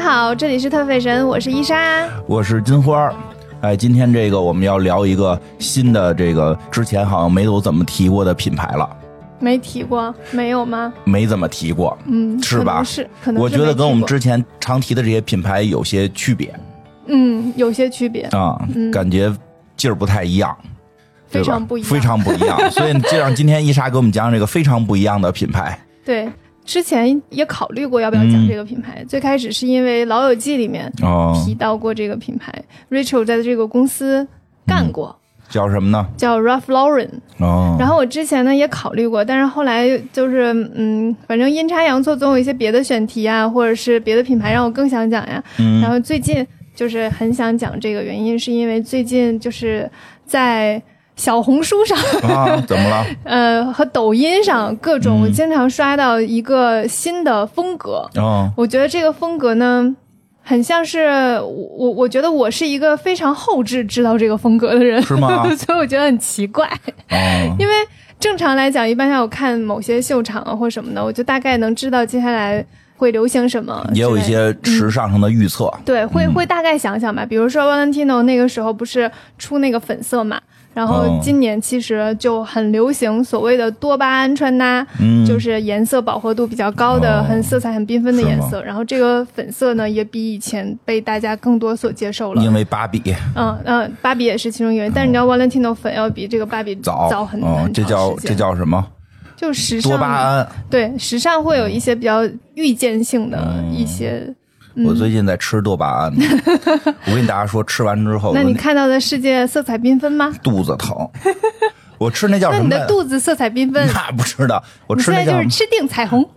好，这里是特费神，我是伊莎， 我是金花。哎，今天这个我们要聊一个新的，这个之前好像没有怎么提过的品牌了。 没提过？没有吗？ 没怎么提过，是吧？ 可能是我觉得跟我们之前常提的这些品牌有些区别。 有些区别啊，感觉劲儿不太一样。 非常不一样， 非常不一样。所以就让今天伊莎给我们讲讲这个非常不一样的品牌。 对，之前也考虑过要不要讲这个品牌。最开始是因为《老友记》里面提到过这个品牌，Rachel 在这个公司干过。 叫什么呢？ 叫 Ralph Lauren。然后我之前呢也考虑过，但是后来就是反正阴差阳错，总有一些别的选题啊，或者是别的品牌让我更想讲呀。然后最近就是很想讲这个，原因是因为最近就是在小红书上怎么了？ 和抖音上各种经常刷到一个新的风格。我觉得这个风格呢很像是我觉得我是一个非常后知道这个风格的人， 是吗？ 所以我觉得很奇怪。因为正常来讲，一般像我看某些秀场啊或什么的，我就大概能知道接下来会流行什么， 也有一些时尚上的预测。 对，会大概想想吧。比如说 Valentino 那个时候不是出那个粉色嘛，然后今年其实就很流行所谓的多巴胺穿搭，就是颜色饱和度比较高的，很色彩很缤纷的颜色。然后这个粉色呢，也比以前被大家更多所接受了。 因为芭比， 芭比也是其中一个原因。但是你知道 Valentino 粉要比这个芭比早很长时间。 这叫什么？ 就时尚多巴胺。 对，时尚会有一些比较预见性的一些。 我最近在吃多巴胺，我跟大家说，吃完之后， 那你看到的世界色彩缤纷吗？ 肚子疼。我吃那叫什么？ 那你的肚子色彩缤纷？ 那不知道。我吃那叫就是吃定彩虹。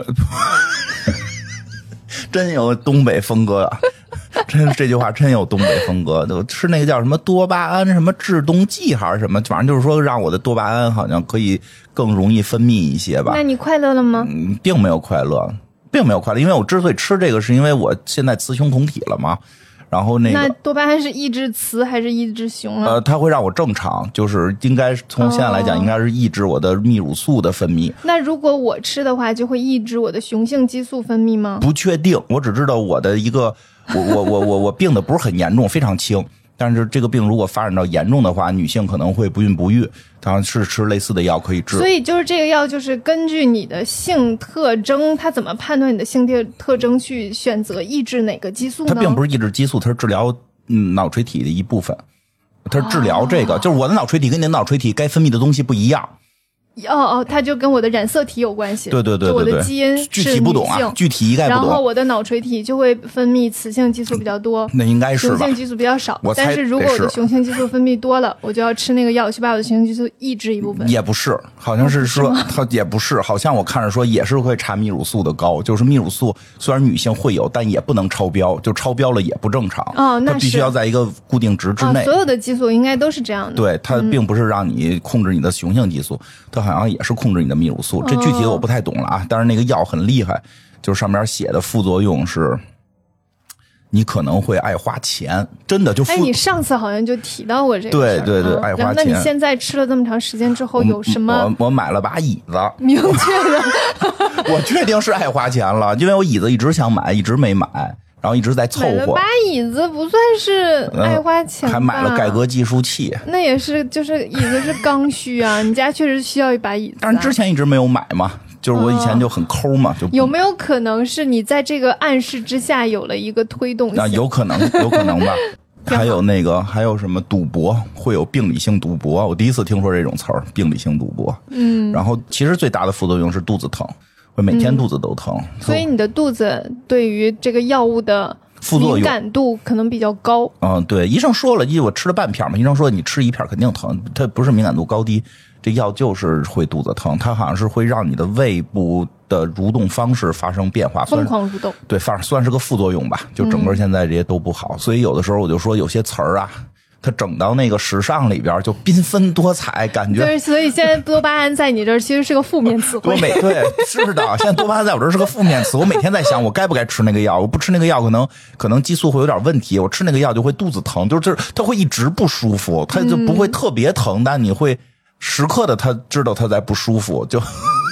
真有东北风格啊！这句话真有东北风格。我吃那个叫什么多巴胺什么制动剂还是什么，反正就是说让我的多巴胺好像可以更容易分泌一些吧。 那你快乐了吗？ 并没有快乐。因为我之所以吃这个是因为我现在雌雄同体了嘛，然后那多巴胺是抑制雌还是抑制雄啊？ 它会让我正常，就是应该从现在来讲应该是抑制我的泌乳素的分泌。 那如果我吃的话就会抑制我的雄性激素分泌吗？ 不确定，我只知道我的一个我病的不是很严重，非常轻。但是这个病如果发展到严重的话，女性可能会不孕不育，当然是吃类似的药可以治。 所以就是这个药就是根据你的性特征，它怎么判断你的性特征去选择抑制哪个激素呢？ 它并不是抑制激素，它是治疗脑垂体的一部分。它是治疗这个，就是我的脑垂体跟你的脑垂体该分泌的东西不一样。 它就跟我的染色体有关系。 对， 我的基因具体不懂啊，具体一概不懂。 然后我的脑垂体就会分泌雌性激素比较多， 那应该是吧？ 雄性激素比较少。但是如果我的雄性激素分泌多了，我就要吃那个药去把我的雄性激素抑制一部分。 也不是，好像是说它也不是，好像我看着说也是会查泌乳素的高，就是泌乳素虽然女性会有，但也不能超标，就超标了也不正常。 那它必须要在一个固定值之内。 所有的激素应该都是这样的。 对，它并不是让你控制你的雄性激素，它好像也是控制你的泌乳素，这具体的我不太懂了啊。但是那个药很厉害，就是上面写的副作用是你可能会爱花钱，真的就你上次好像就提到过这个。 对，爱花钱。 那你现在吃了这么长时间之后有什么？ 我买了把椅子， 明确的。 我确定是爱花钱了，因为我椅子一直想买，一直没买，然后一直在凑合。买了把椅子不算是爱花钱吧？ 还买了盖革计数器， 那也是，就是椅子是刚需啊。你家确实需要一把椅子， 但是之前一直没有买嘛，就是我以前就很抠嘛。就有没有可能是你在这个暗示之下有了一个推动性？ 有可能吧。还有什么赌博，会有病理性赌博，我第一次听说这种词儿，病理性赌博。然后其实最大的副作用是肚子疼，会每天肚子都疼。 所以你的肚子对于这个药物的敏感度可能比较高。 对，医生说了，因为我吃了半片嘛，医生说你吃一片肯定疼，它不是敏感度高低，这药就是会肚子疼，它好像是会让你的胃部的蠕动方式发生变化， 疯狂蠕动。 对，算是个副作用吧，就整个现在这些都不好。所以有的时候我就说有些词儿啊，它整到那个时尚里边就缤纷多彩，感觉。 对，所以现在多巴胺在你这儿其实是个负面词汇。 对，是的，现在多巴胺在我这儿是个负面词。我每天在想，我该不该吃那个药？我不吃那个药，可能激素会有点问题。我吃那个药就会肚子疼，就是它会一直不舒服，它就不会特别疼，但你会时刻的他知道他在不舒服，就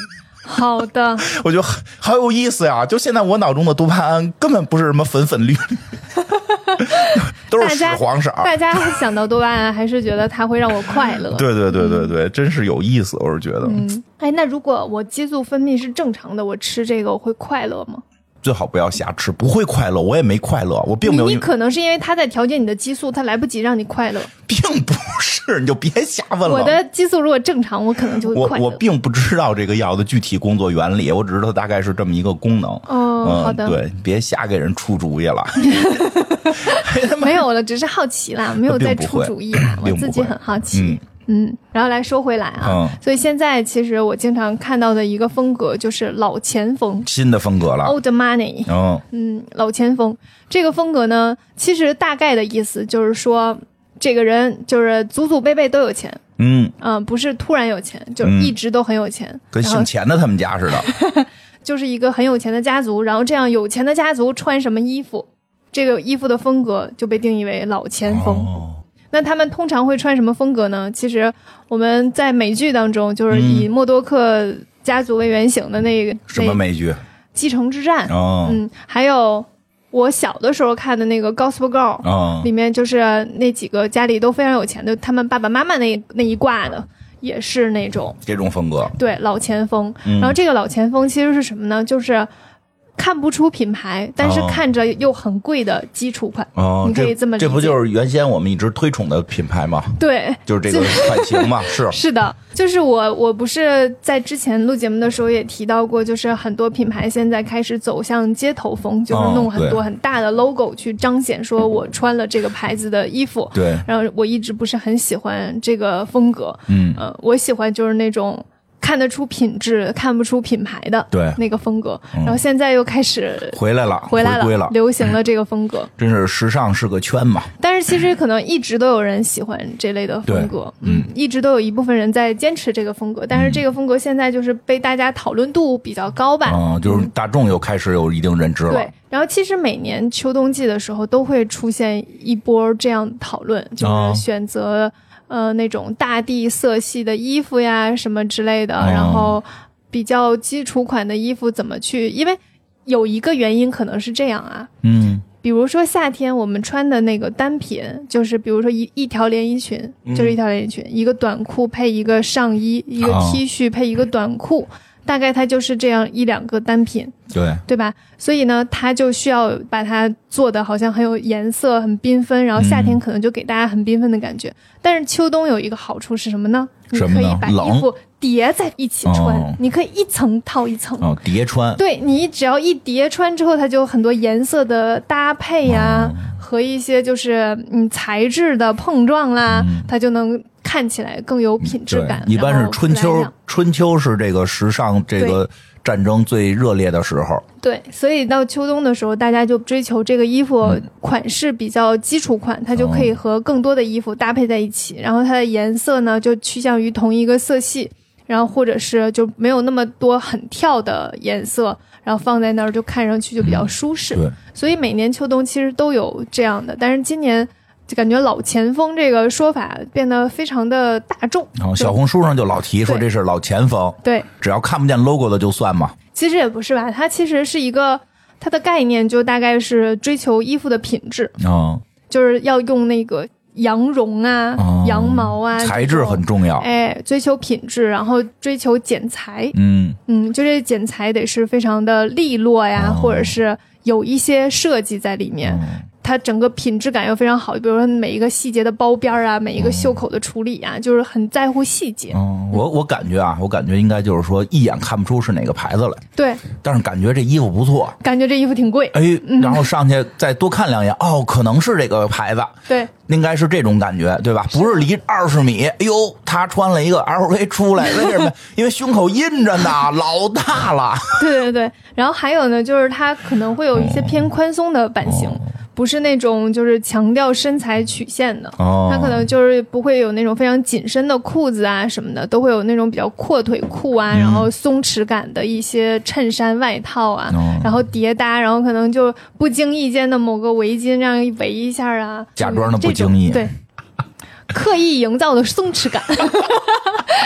好的， 我觉得好有意思呀！就现在我脑中的多巴胺根本不是什么粉粉绿绿，都是屎黄色。 大家想到多巴胺还是觉得它会让我快乐。 对，真是有意思，我是觉得。 那如果我激素分泌是正常的，我吃这个我会快乐吗？ 最好不要瞎吃，不会快乐，我也没快乐，我并没有。 你可能是因为他在调节你的激素，他来不及让你快乐， 并不是，你就别瞎问了。 我的激素如果正常，我可能就会快乐。 我并不知道这个药的具体工作原理，我只知道大概是这么一个功能。 好的， 对，别瞎给人出主意了。 没有了，只是好奇啦，没有在出主意啦，我自己很好奇。然后来说回来啊，所以现在其实我经常看到的一个风格就是老钱风， 新的风格了 ，old money。老钱风这个风格呢，其实大概的意思就是说，这个人就是祖祖辈辈都有钱，不是突然有钱，就是一直都很有钱， 跟姓钱的他们家似的， 就是一个很有钱的家族。然后这样有钱的家族穿什么衣服，这个衣服的风格就被定义为老钱风。那他们通常会穿什么风格呢？其实我们在美剧当中，就是以默多克家族为原型的那个什么美剧？ 继承之战。还有我小的时候看的那个 Gossip Girl，里面就是那几个家里都非常有钱的，他们爸爸妈妈那一挂的，也是那种这种风格。 对，老钱风。然后这个老钱风其实是什么呢？就是看不出品牌，但是看着又很贵的基础款。你可以这么理解。 这不就是原先我们一直推崇的品牌吗？ 对， 就是这个款型嘛。 是的，就是我不是在之前录节目的时候也提到过，就是很多品牌现在开始走向街头风，就是弄很多很大的 logo 去彰显说我穿了这个牌子的衣服。 对， 然后我一直不是很喜欢这个风格。我喜欢就是那种看得出品质看不出品牌的那个风格。然后现在又开始回来了，流行了这个风格。 真是时尚是个圈嘛。 但是其实可能一直都有人喜欢这类的风格。一直都有一部分人在坚持这个风格，但是这个风格现在就是被大家讨论度比较高吧。 就是大众又开始有一定认知了。 对，然后其实每年秋冬季的时候都会出现一波这样讨论，就是选择那种大地色系的衣服呀什么之类的，然后比较基础款的衣服怎么去，因为有一个原因可能是这样啊，比如说夏天我们穿的那个单品，就是比如说一条连衣裙，就是一条连衣裙，一个短裤配一个上衣，一个 T 恤配一个短裤，大概它就是这样一两个单品，对吧？所以呢，它就需要把它做的好像很有颜色，很缤纷，然后夏天可能就给大家很缤纷的感觉。但是秋冬有一个好处是什么呢？你可以把衣服叠在一起穿，你可以一层套一层。 叠穿。对， 你只要一叠穿之后，它就有很多颜色的搭配呀，和一些就是材质的碰撞啦，它就能看起来更有品质感。 一般是春秋是这个时尚这个战争最热烈的时候。 对，所以到秋冬的时候，大家就追求这个衣服款式比较基础款，它就可以和更多的衣服搭配在一起，然后它的颜色呢就趋向于同一个色系，然后或者是就没有那么多很跳的颜色，然后放在那儿就看上去就比较舒适。 对， 所以每年秋冬其实都有这样的，但是今年就感觉老钱风这个说法变得非常的大众。 小红书上就老提说这是老钱风。 对， 只要看不见 logo 的就算嘛。 其实也不是吧，它其实是一个它的概念就大概是追求衣服的品质。就是要用那个羊绒啊、羊毛啊， 材质很重要。 追求品质，然后追求剪裁。就这剪裁得是非常的利落呀，或者是有一些设计在里面。它整个品质感又非常好，比如说每一个细节的包边啊，每一个袖口的处理啊，就是很在乎细节。 我感觉应该就是说一眼看不出是哪个牌子来。 对， 但是感觉这衣服不错， 感觉这衣服挺贵。 然后上去再多看两眼，可能是这个牌子。 对， 应该是这种感觉，对吧？不是离20米，哎呦，他穿了一个 LV 出来，为什么？因为胸口印着呢，老大了。对， 然后还有呢，就是它可能会有一些偏宽松的版型。不是那种就是强调身材曲线的，它可能就是不会有那种非常紧身的裤子啊什么的，都会有那种比较阔腿裤啊，然后松弛感的一些衬衫外套啊，然后叠搭，然后可能就不经意间的某个围巾这样围一下啊， 假装的不经意， 对，刻意营造的松弛感。这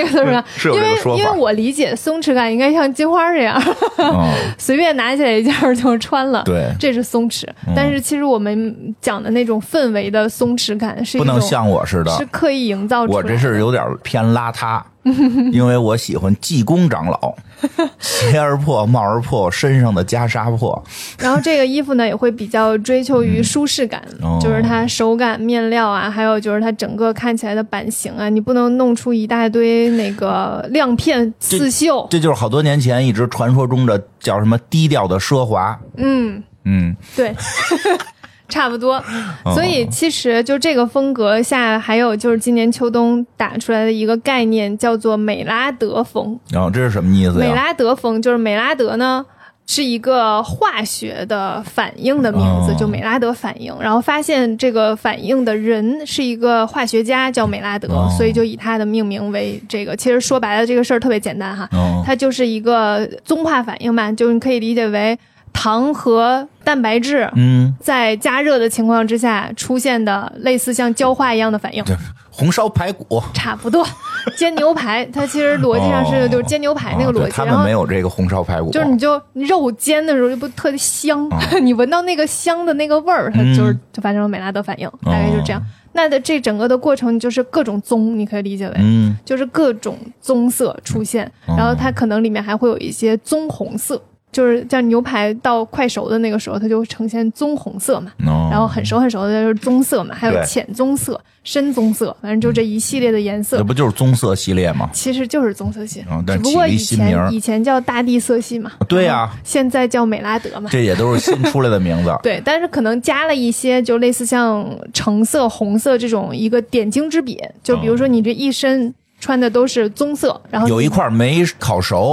个松弛感， 是有这个说法。 因为我理解松弛感应该像金花这样，随便拿起来一件就穿了， 对， 这是松弛。但是其实我们讲的那种氛围的松弛感是一种不能像我似的， 是刻意营造出来的。 我这是有点偏邋遢。因为我喜欢济公长老，鞋儿破帽儿破，身上的袈裟破。 然后这个衣服呢也会比较追求于舒适感，就是它手感、面料啊，还有就是它整个看起来的版型啊，你不能弄出一大堆那个亮片刺绣。 这就是好多年前一直传说中的叫什么低调的奢华。 对。差不多，所以其实就这个风格下，还有就是今年秋冬打出来的一个概念，叫做美拉德风。 这是什么意思呀？ 美拉德风就是美拉德呢是一个化学的反应的名字，就美拉德反应。然后发现这个反应的人是一个化学家，叫美拉德，所以就以他的命名为这个。其实说白了，这个事儿特别简单哈，它就是一个综化反应嘛，就是你可以理解为糖和蛋白质在加热的情况之下出现的类似像焦化一样的反应。 红烧排骨差不多，煎牛排它其实逻辑上是就是煎牛排那个逻辑， 他们没有这个红烧排骨， 就是你就肉煎的时候就不特别香，你闻到那个香的那个味儿，它就发生了美拉德反应，大概就这样。那的这整个的过程就是各种棕，你可以理解为就是各种棕色出现，然后它可能里面还会有一些棕红色。就是像牛排到快熟的那个时候，它就会呈现棕红色嘛，然后很熟很熟的就是棕色嘛，还有浅棕色、深棕色，反正就这一系列的颜色。 这不就是棕色系列吗？ 其实就是棕色系， 但只不过以前叫大地色系嘛。 对呀， 现在叫美拉德嘛。 这也都是新出来的名字。 对，但是可能加了一些就类似像橙色、红色这种一个点睛之笔，就比如说你这一身穿的都是棕色，然后有一块没烤熟。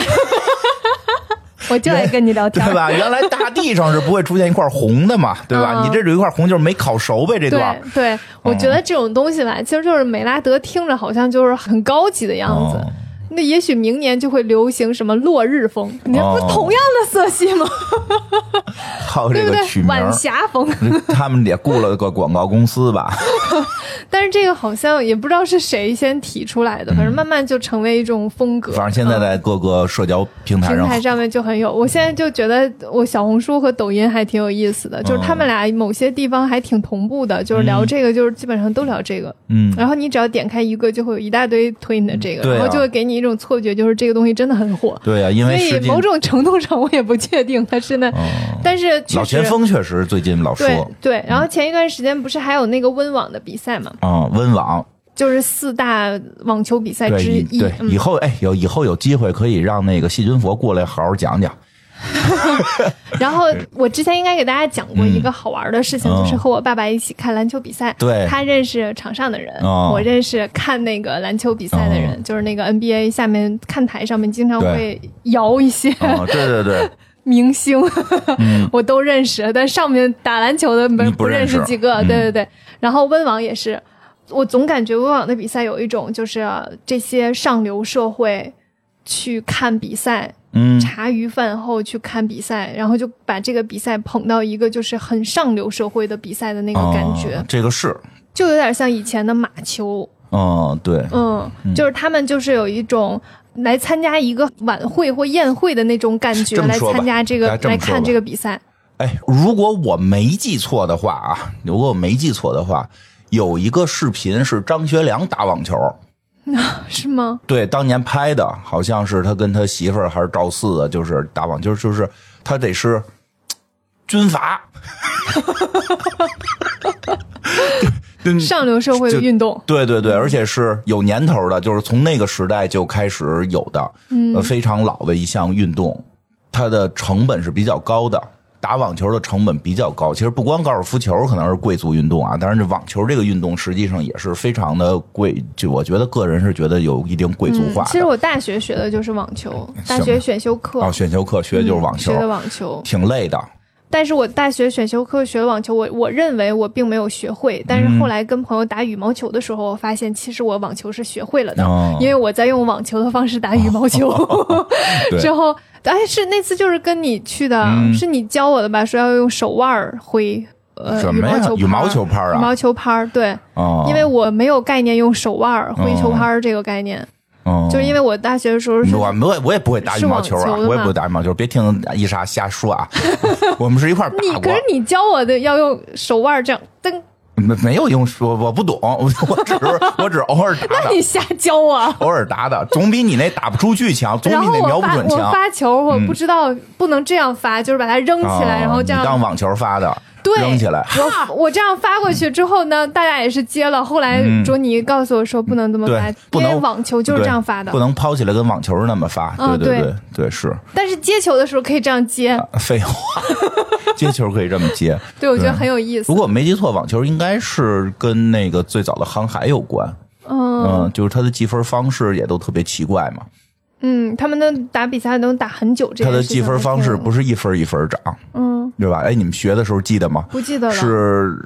我就爱跟你聊天， 对吧？原来大地上是不会出现一块红的嘛，对吧？你这有一块红就是没烤熟呗，这段。 对，我觉得这种东西吧，其实就是美拉德听着好像就是很高级的样子。那也许明年就会流行什么落日风，你看不同样的色系吗？ 靠这个取名， 晚霞风， 他们也雇了个广告公司吧？ 但是这个好像也不知道是谁先提出来的，反正慢慢就成为一种风格。 反正现在在各个社交平台上面就很有。我现在就觉得我小红书和抖音还挺有意思的，就是他们俩某些地方还挺同步的，就是聊这个，就是基本上都聊这个。然后你只要点开一个，就会有一大堆推你的这个，然后就会给你一种错觉，就是这个东西真的很火。 对啊，因为所以某种程度上我也不确定它是那，但是老前锋确实最近老说对。然后前一段时间不是还有那个温网的比赛吗？ 温网就是4大网球比赛之一。 对，以后以后有机会可以让那个细菌佛过来好好讲讲。 然后我之前应该给大家讲过一个好玩的事情，就是和我爸爸一起看篮球比赛。 对， 他认识场上的人，我认识看那个篮球比赛的人，就是那个 NBA 下面看台上面经常会摇一些。 对。 明星我都认识，但上面打篮球的不认识几个。对。然后温网也是，我总感觉温网的比赛有一种就是这些上流社会去看比赛，茶余饭后去看比赛，然后就把这个比赛捧到一个就是很上流社会的比赛的那个感觉。 这个是就有点像以前的马球。 对， 就是他们就是有一种来参加一个晚会或宴会的那种感觉，来参加这个来看这个比赛。 如果我没记错的话有一个视频是张学良打网球。 是吗？ 对，当年拍的，好像是他跟他媳妇儿还是赵四的，就是打网球，就是他得是军阀。 上流社会的运动。 对，而且是有年头的，就是从那个时代就开始有的，非常老的一项运动，它的成本是比较高的。打网球的成本比较高，其实不光高尔夫球可能是贵族运动啊，当然这网球这个运动实际上也是非常的贵，就我觉得个人是觉得有一定贵族化的。 其实我大学学的就是网球，大学选修课选修课学的就是网球， 学的网球挺累的。 但是我大学选修课学网球，我认为我并没有学会，但是后来跟朋友打羽毛球的时候，我发现其实我网球是学会了的，因为我在用网球的方式打羽毛球。之后，是那次就是跟你去的，是你教我的吧？说要用手腕挥什么呀？羽毛球拍啊？ 羽毛球拍，对，因为我没有概念用手腕挥球拍这个概念。 就是因为我大学的时候我也不会打羽毛球啊，我也不会打羽毛球，别听伊莎瞎说啊。我们是一块打过。 可是你教我的要用手腕这样蹬。 没有用说，我不懂，我只偶尔打的。 那你瞎教我？ 偶尔打的，总比你那打不出去强，总比你那瞄不准强。 我发球，我不知道不能这样发，就是把它扔起来，然后这样。 你当网球发的。 对， 扔起来。 我这样发过去之后呢，大家也是接了。后来卓尼告诉我说不能这么发，因为网球就是这样发的， 不能抛起来跟网球那么发。对是。 但是接球的时候可以这样接。 废话，接球可以这么接。 对，我觉得很有意思。 如果我没记错，网球应该是跟那个最早的航海有关。就是它的计分方式也都特别奇怪嘛。 他们的打比赛能打很久，这他的计分方式不是一分一分涨，对吧？哎，你们学的时候记得吗？ 不记得了。 是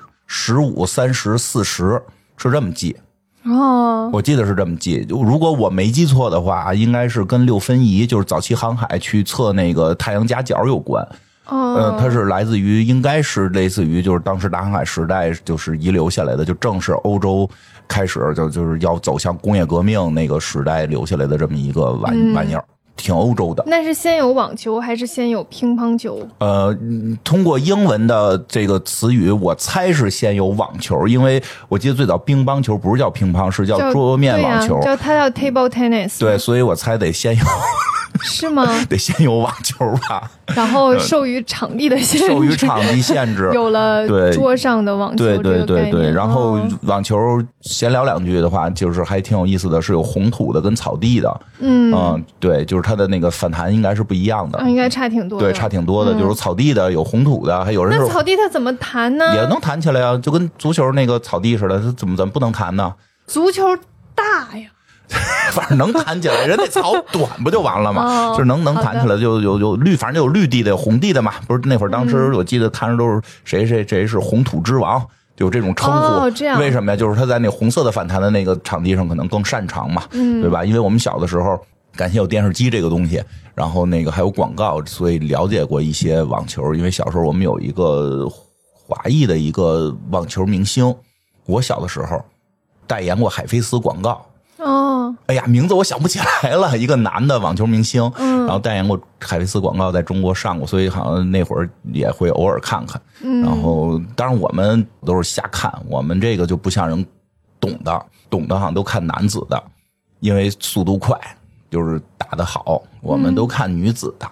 15、30、40，是这么记。我记得是这么记。如果我没记错的话，应该是跟六分仪，就是早期航海去测那个太阳夹角有关。它是来自于，应该是类似于就是当时大航海时代就是遗留下来的，就正是欧洲开始就是要走向工业革命那个时代留下来的这么一个玩意儿，挺欧洲的。 那是先有网球还是先有乒乓球？ 通过英文的这个词语，我猜是先有网球，因为我记得最早乒乓球不是叫乒乓，是叫桌面网球， 它叫 table tennis。 对，所以我猜得先有。 是吗？ 得先有网球吧， 然后受于场地的限制， 受于场地限制， 有了桌上的网球这个概念。 对。然后网球闲聊两句的话，就是还挺有意思的，是有红土的跟草地的。对，就是它的那个反弹应该是不一样的， 应该差挺多的。 对，差挺多的，就是草地的有红土的，还有人那草地它怎么弹呢？ 也能弹起来啊，就跟足球那个草地似的，它怎么不能弹呢？ 足球大呀。 反正能弹起来，人那草短不就完了吗？就是能弹起来，就有绿，反正就有绿地的，有红地的嘛。不是那会儿，当时我记得看着都是谁是红土之王，就有这种称呼。 这样为什么呀？就是他在那红色的反弹的那个场地上可能更擅长嘛，对吧？因为我们小的时候，感谢有电视机这个东西，然后那个还有广告，所以了解过一些网球。因为小时候我们有一个华裔的一个网球明星，我小的时候代言过海飞丝广告。哎呀，名字我想不起来了，一个男的网球明星，然后代言过海飞丝广告，在中国上过，所以好像那会儿也会偶尔看看。然后当然我们都是瞎看，我们这个就不像人懂的好像都看男子的，因为速度快，就是打得好，我们都看女子的。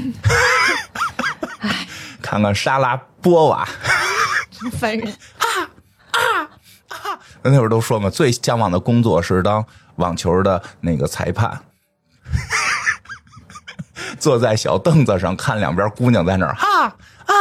看看莎拉波娃， 真烦人。 那会儿都说嘛，最向往的工作是当网球的那个裁判，坐在小凳子上看两边姑娘在那儿哈。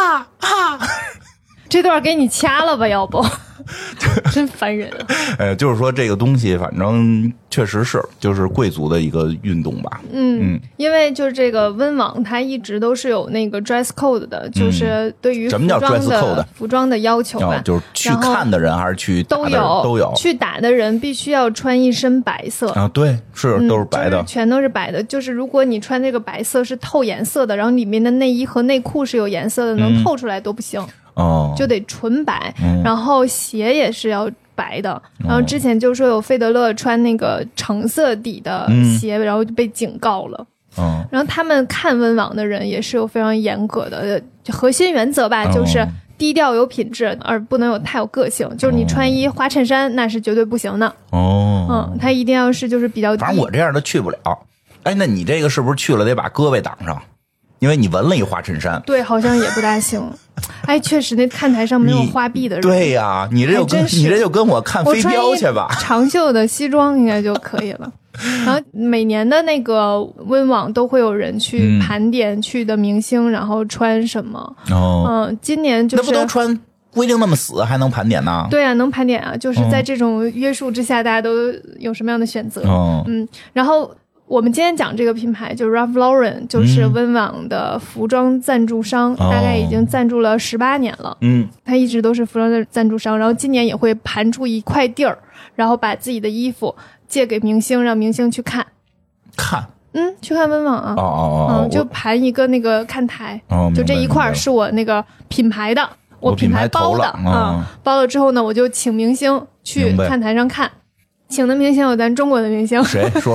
这段给你掐了吧，要不真烦人啊。 就是说这个东西反正确实是就是贵族的一个运动吧。 因为就是这个温网它一直都是有那个 dress code 的，就是对于什么叫 dress code 服装的要求吧， 就是去看的人还是去打的人都有。 去打的人必须要穿一身白色啊，对，都是白的， 就是全都是白的。就是如果你穿这个白色是透颜色的，然后里面的内衣和内裤是有颜色的，能透出来都不行。就得纯白，然后鞋也是要白的。然后之前就说有费德勒穿那个橙色底的鞋，然后就被警告了。然后他们看温网的人也是有非常严格的核心原则吧，就是低调有品质，而不能太有个性。就是你穿一花衬衫那是绝对不行的。他一定要是就是比较低。 反正我这样的去不了。哎，那你这个是不是去了得把胳膊挡上？因为你纹了一花衬衫。对， 好像也不大行。哎，确实那看台上没有花臂的人。 对呀，你这就跟我看飞镖去吧。 长袖的西装应该就可以了。然后每年的那个温网都会有人去盘点去的明星，然后穿什么。今年就是那不都穿规定那么死，还能盘点呢？ 对啊，能盘点啊，就是在这种约束之下，大家都有什么样的选择。然后我们今天讲这个品牌就是 Ralph Lauren， 就是温网的服装赞助商，大概已经赞助了18年了。他一直都是服装的赞助商，然后今年也会盘出一块地儿，然后把自己的衣服借给明星，让明星去看。去看温网啊。就盘一个那个看台，就这一块是我那个品牌的，我品牌包的包了之后呢，我就请明星去看台上看。请的明星有咱中国的明星， 谁说说？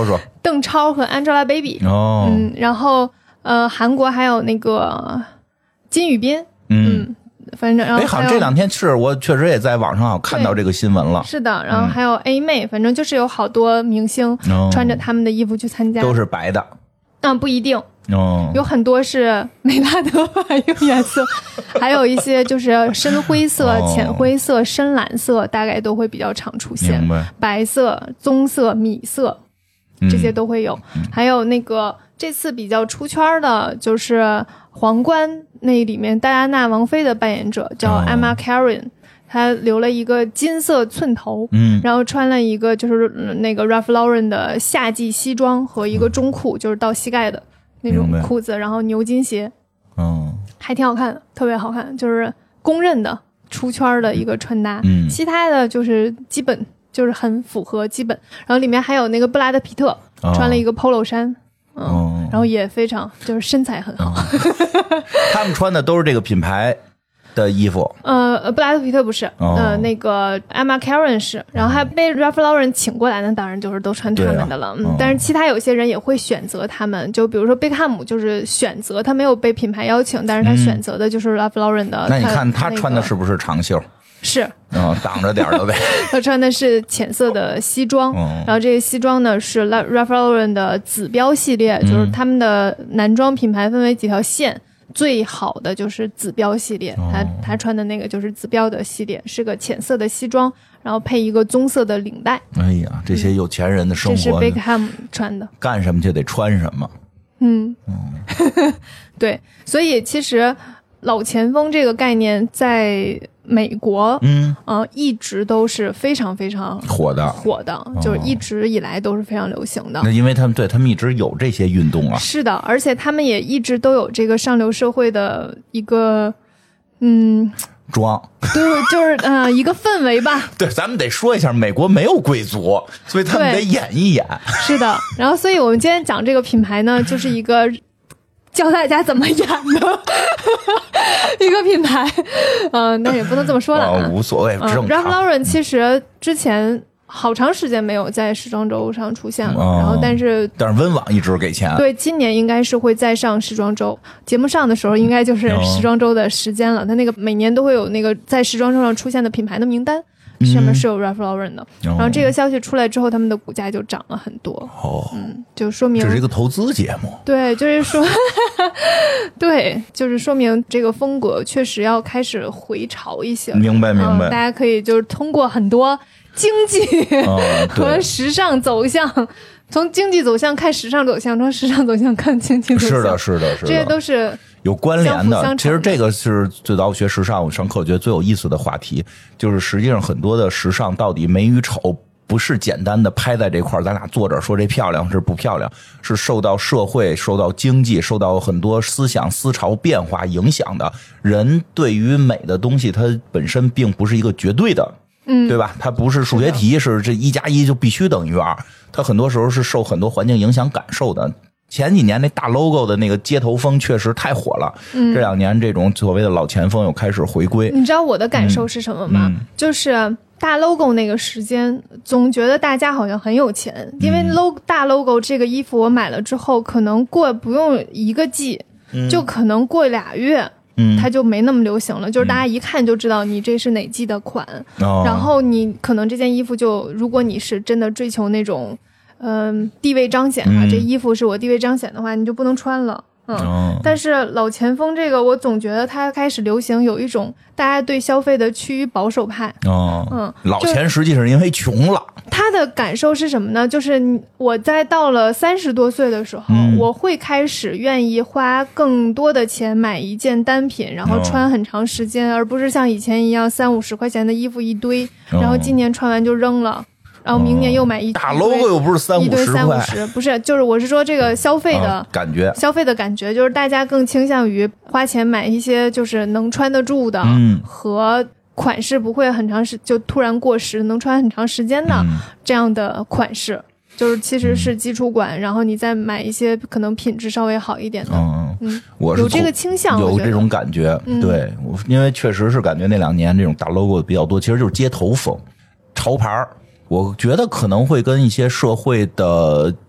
邓超和 Angelababy。然后韩国还有那个金宇彬。反正然后好像这2天我确实也在网上看到这个新闻了。 是的，然后还有 A 妹，反正就是有好多明星穿着他们的衣服去参加， 都是白的。 不一定。有很多是美拉德反应颜色，还有一些就是深灰色、浅灰色、深蓝色，大概都会比较常出现。白色、棕色、米色，这些都会有。还有那个这次比较出圈的就是皇冠那里面戴安娜王妃的扮演者叫 Emma Karen，她留了一个金色寸头，然后穿了一个就是那个 Ralph Lauren 的夏季西装和一个中裤，就是到膝盖的那种裤子，然后牛津鞋，还挺好看的，特别好看，就是公认的出圈的一个穿搭。其他的就是基本就是很符合基本，然后里面还有那个布拉德皮特穿了一个 polo 衫。然后也非常就是身材很好。 他们穿的都是这个品牌的衣服。 布拉德皮特不是，那个 Emma Karen 是，然后还被 Ralph Lauren 请过来的，当然就是都穿他们的了。但是其他有些人也会选择他们，就比如说贝克汉姆就是选择他没有被品牌邀请，但是他选择的就是 Ralph Lauren 的。 那你看他穿的是不是长袖？ 是， 挡着点的呗。 他穿的是浅色的西装，然后这个西装呢是 Ralph Lauren 的紫标系列，就是他们的男装品牌分为几条线，最好的就是紫标系列，他穿的那个就是紫标的系列，是个浅色的西装，然后配一个棕色的领带。 哎呀，这些有钱人的生活， 这是贝克汉姆穿的， 干什么就得穿什么。 对，所以其实老前锋这个概念在美国一直都是非常非常火的，就是一直以来都是非常流行的。 那因为他们一直有这些运动啊。 是的，而且他们也一直都有这个上流社会的一个装， 对，就是一个氛围吧。 对，咱们得说一下，美国没有贵族，所以他们得演一演。 是的，然后所以我们今天讲这个品牌呢，就是一个教大家怎么演的一个品牌。那也不能这么说了， 无所谓，正常。 Ralph Lauren 其实之前好长时间没有在时装周上出现了，然后但是温网一直给钱。 对，今年应该是会再上时装周，节目上的时候应该就是时装周的时间了。他那个每年都会有那个在时装周上出现的品牌的名单，上面是有 Ralph Lauren 的。然后这个消息出来之后，他们的股价就涨了很多。就说明这是一个投资节目。 对，就是说对，就是说明这个风格确实要开始回潮一些。 明白。 大家可以就是通过很多经济和时尚走向，从经济走向看时尚走向，从时尚走向看经济走向。 是的， 这些都是有关联的。其实这个是最早学时尚，我上课觉得最有意思的话题，就是实际上很多的时尚到底美与丑不是简单的拍在这块咱俩坐这说这漂亮是不漂亮，是受到社会、受到经济、受到很多思想思潮变化影响的。人对于美的东西，它本身并不是一个绝对的。对吧？它不是数学题，是这1+1就必须等于2。它很多时候是受很多环境影响感受的。前几年那大 logo 的那个街头风确实太火了，这2年这种所谓的老前锋又开始回归。 你知道我的感受是什么吗？就是大 logo 那个时间，总觉得大家好像很有钱，因为大 logo 这个衣服我买了之后，可能过不用1个季，就可能过2月。它就没那么流行了，就是大家一看就知道你这是哪季的款，然后你可能这件衣服就，如果你是真的追求那种，地位彰显这衣服是我地位彰显的话，你就不能穿了。但是老前锋这个，我总觉得它开始流行有一种大家对消费的趋于保守派。 老钱实际是因为穷了。 他的感受是什么呢？就是我在到了30多岁的时候，我会开始愿意花更多的钱买一件单品，然后穿很长时间，而不是像以前一样30-50块钱的衣服一堆，然后今年穿完就扔了。然后明年又买大 logo 又不是30-50 块，不是，就是我是说这个消费的感觉， 消费的感觉就是大家更倾向于花钱买一些就是能穿得住的，和款式不会很长时就突然过时，能穿很长时间的这样的款式，就是其实是基础款，然后你再买一些可能品质稍微好一点的。我是有这个倾向， 有这种感觉。对，因为确实是感觉那2年这种大 logo 比较多，其实就是街头风、潮牌。我觉得可能会跟一些社会的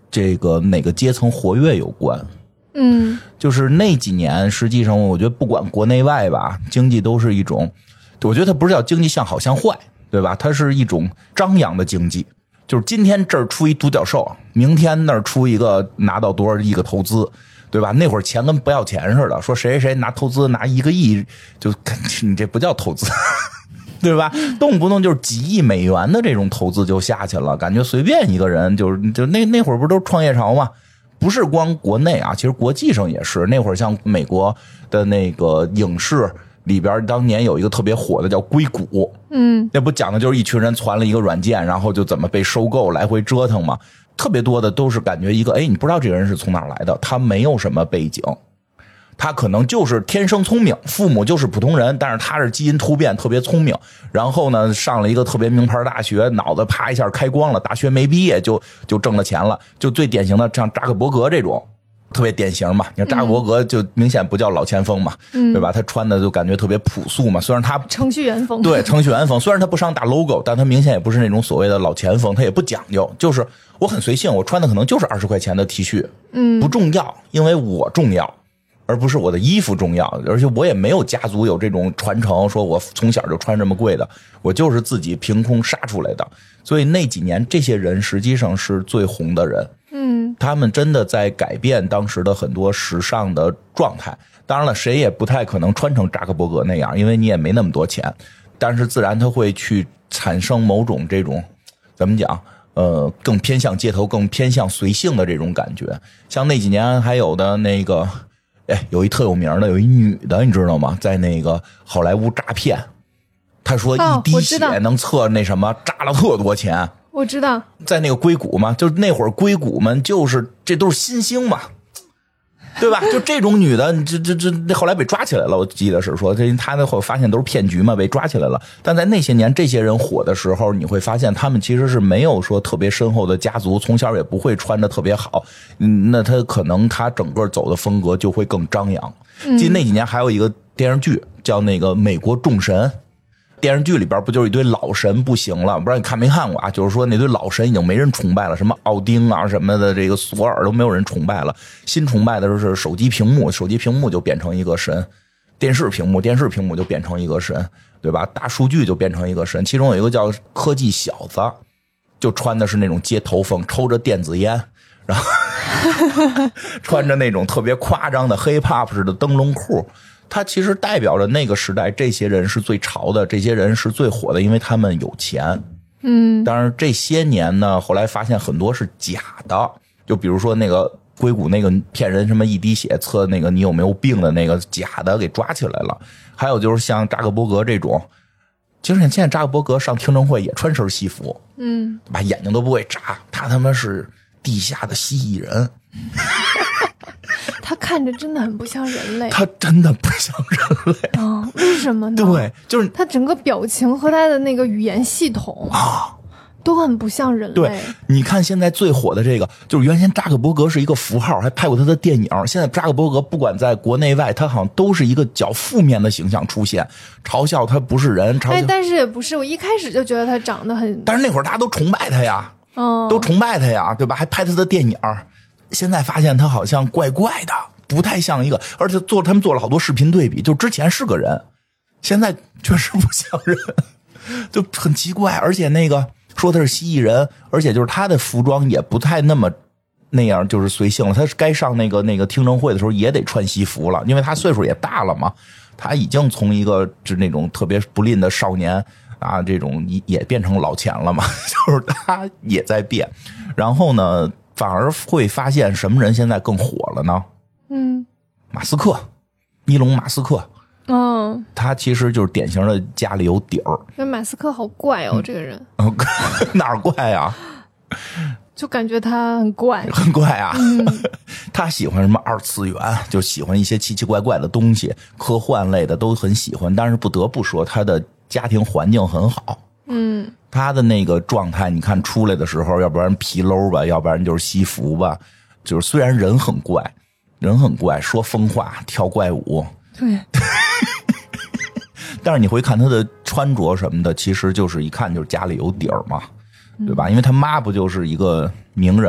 这个哪个阶层活跃有关。就是那几年，实际上我觉得不管国内外吧，经济都是一种，我觉得它不是叫经济向好向坏，对吧？它是一种张扬的经济，就是今天这儿出一独角兽，明天那儿出一个拿到多少亿个投资，对吧？那会儿钱跟不要钱似的，说谁谁谁拿投资拿1个亿，就你这不叫投资。对吧？动不动就是几亿美元的这种投资就下去了，感觉随便一个人就那会儿不都是创业潮吗？不是光国内啊，其实国际上也是。那会儿像美国的那个影视里边，当年有一个特别火的叫硅谷，那不讲的就是一群人传了一个软件，然后就怎么被收购，来回折腾嘛。特别多的都是感觉一个，你不知道这个人是从哪儿来的，他没有什么背景。他可能就是天生聪明，父母就是普通人，但是他是基因突变，特别聪明。然后呢，上了一个特别名牌大学，脑子啪一下开光了，大学没毕业就挣了钱了。就最典型的像扎克伯格这种，特别典型嘛。你看扎克伯格就明显不叫老前锋嘛，对吧？他穿的就感觉特别朴素嘛。虽然他程序员风， 对，程序员风。虽然他不上大 logo， 但他明显也不是那种所谓的老前锋，他也不讲究，就是我很随性，我穿的可能就是20块钱的 T 恤，不重要，因为我重要。而不是我的衣服重要，而且我也没有家族有这种传承，说我从小就穿这么贵的，我就是自己凭空杀出来的。所以那几年这些人实际上是最红的人，他们真的在改变当时的很多时尚的状态。当然了，谁也不太可能穿成扎克伯格那样，因为你也没那么多钱，但是自然他会去产生某种这种怎么讲，更偏向街头，更偏向随性的这种感觉。像那几年还有的那个有一特有名的，有一女的，你知道吗？在那个好莱坞诈骗，她说一滴血能测那什么，诈了特多钱。 我知道，在那个硅谷嘛，就是那会儿硅谷们就是这都是新兴嘛，对吧？就这种女的，这后来被抓起来了，我记得是说，她那会发现都是骗局嘛，被抓起来了。但在那些年，这些人火的时候，你会发现他们其实是没有说特别深厚的家族，从小也不会穿的特别好，那他可能他整个走的风格就会更张扬。记得那几年还有一个电视剧叫那个《美国众神》。电视剧里边不就是一堆老神不行了？不知道你看没看过啊？就是说那堆老神已经没人崇拜了，什么奥丁啊什么的，这个索尔都没有人崇拜了。新崇拜的就是手机屏幕，手机屏幕就变成一个神；电视屏幕就变成一个神，对吧？大数据就变成一个神。其中有一个叫科技小子，就穿的是那种街头风，抽着电子烟，然后穿着那种特别夸张的hip hop式的灯笼裤。它其实代表着那个时代，这些人是最潮的，这些人是最火的，因为他们有钱。当然这些年呢，后来发现很多是假的，就比如说那个硅谷那个骗人什么一滴血测那个你有没有病的那个假的给抓起来了。还有就是像扎克伯格这种，其实现在扎克伯格上听证会也穿身西服，把眼睛都不会眨，他妈是地下的蜥蜴人。 他看着真的很不像人类， 他真的不像人类为什么呢？ 对，就是他整个表情和他的那个语言系统都很不像人类。 对，你看现在最火的这个，就是原先扎克伯格是一个符号，还拍过他的电影。现在扎克伯格不管在国内外，他好像都是一个较负面的形象出现，嘲笑他不是人。 但是也不是，我一开始就觉得他长得很…… 但是那会儿大家都崇拜他呀，都崇拜他呀，对吧？还拍他的电影。现在发现他好像怪怪的，不太像一个，而且他们做了好多视频对比，就之前是个人，现在确实不像人，就很奇怪。而且那个说他是蜥蜴人，而且就是他的服装也不太那样，就是随性了。他该上那个听证会的时候也得穿西服了，因为他岁数也大了嘛，他已经从一个就是那种特别不吝的少年啊，这种也变成老钱了嘛，就是他也在变。然后呢，反而会发现什么人现在更火了呢？马斯克，伊隆马斯克。他其实就是典型的家里有底儿。 那马斯克好怪哦，这个人。 哪儿怪啊？ 就感觉他很怪， 很怪啊。他喜欢什么二次元，就喜欢一些奇奇怪怪的东西，科幻类的都很喜欢。但是不得不说，他的家庭环境很好。他的那个状态，你看出来的时候，要不然皮褛吧，要不然就是西服吧，就是虽然人很怪，说疯话，跳怪舞， 对， 但是你会看他的穿着什么的，其实就是一看就是家里有底儿嘛，对吧？因为他妈不就是一个名人嘛，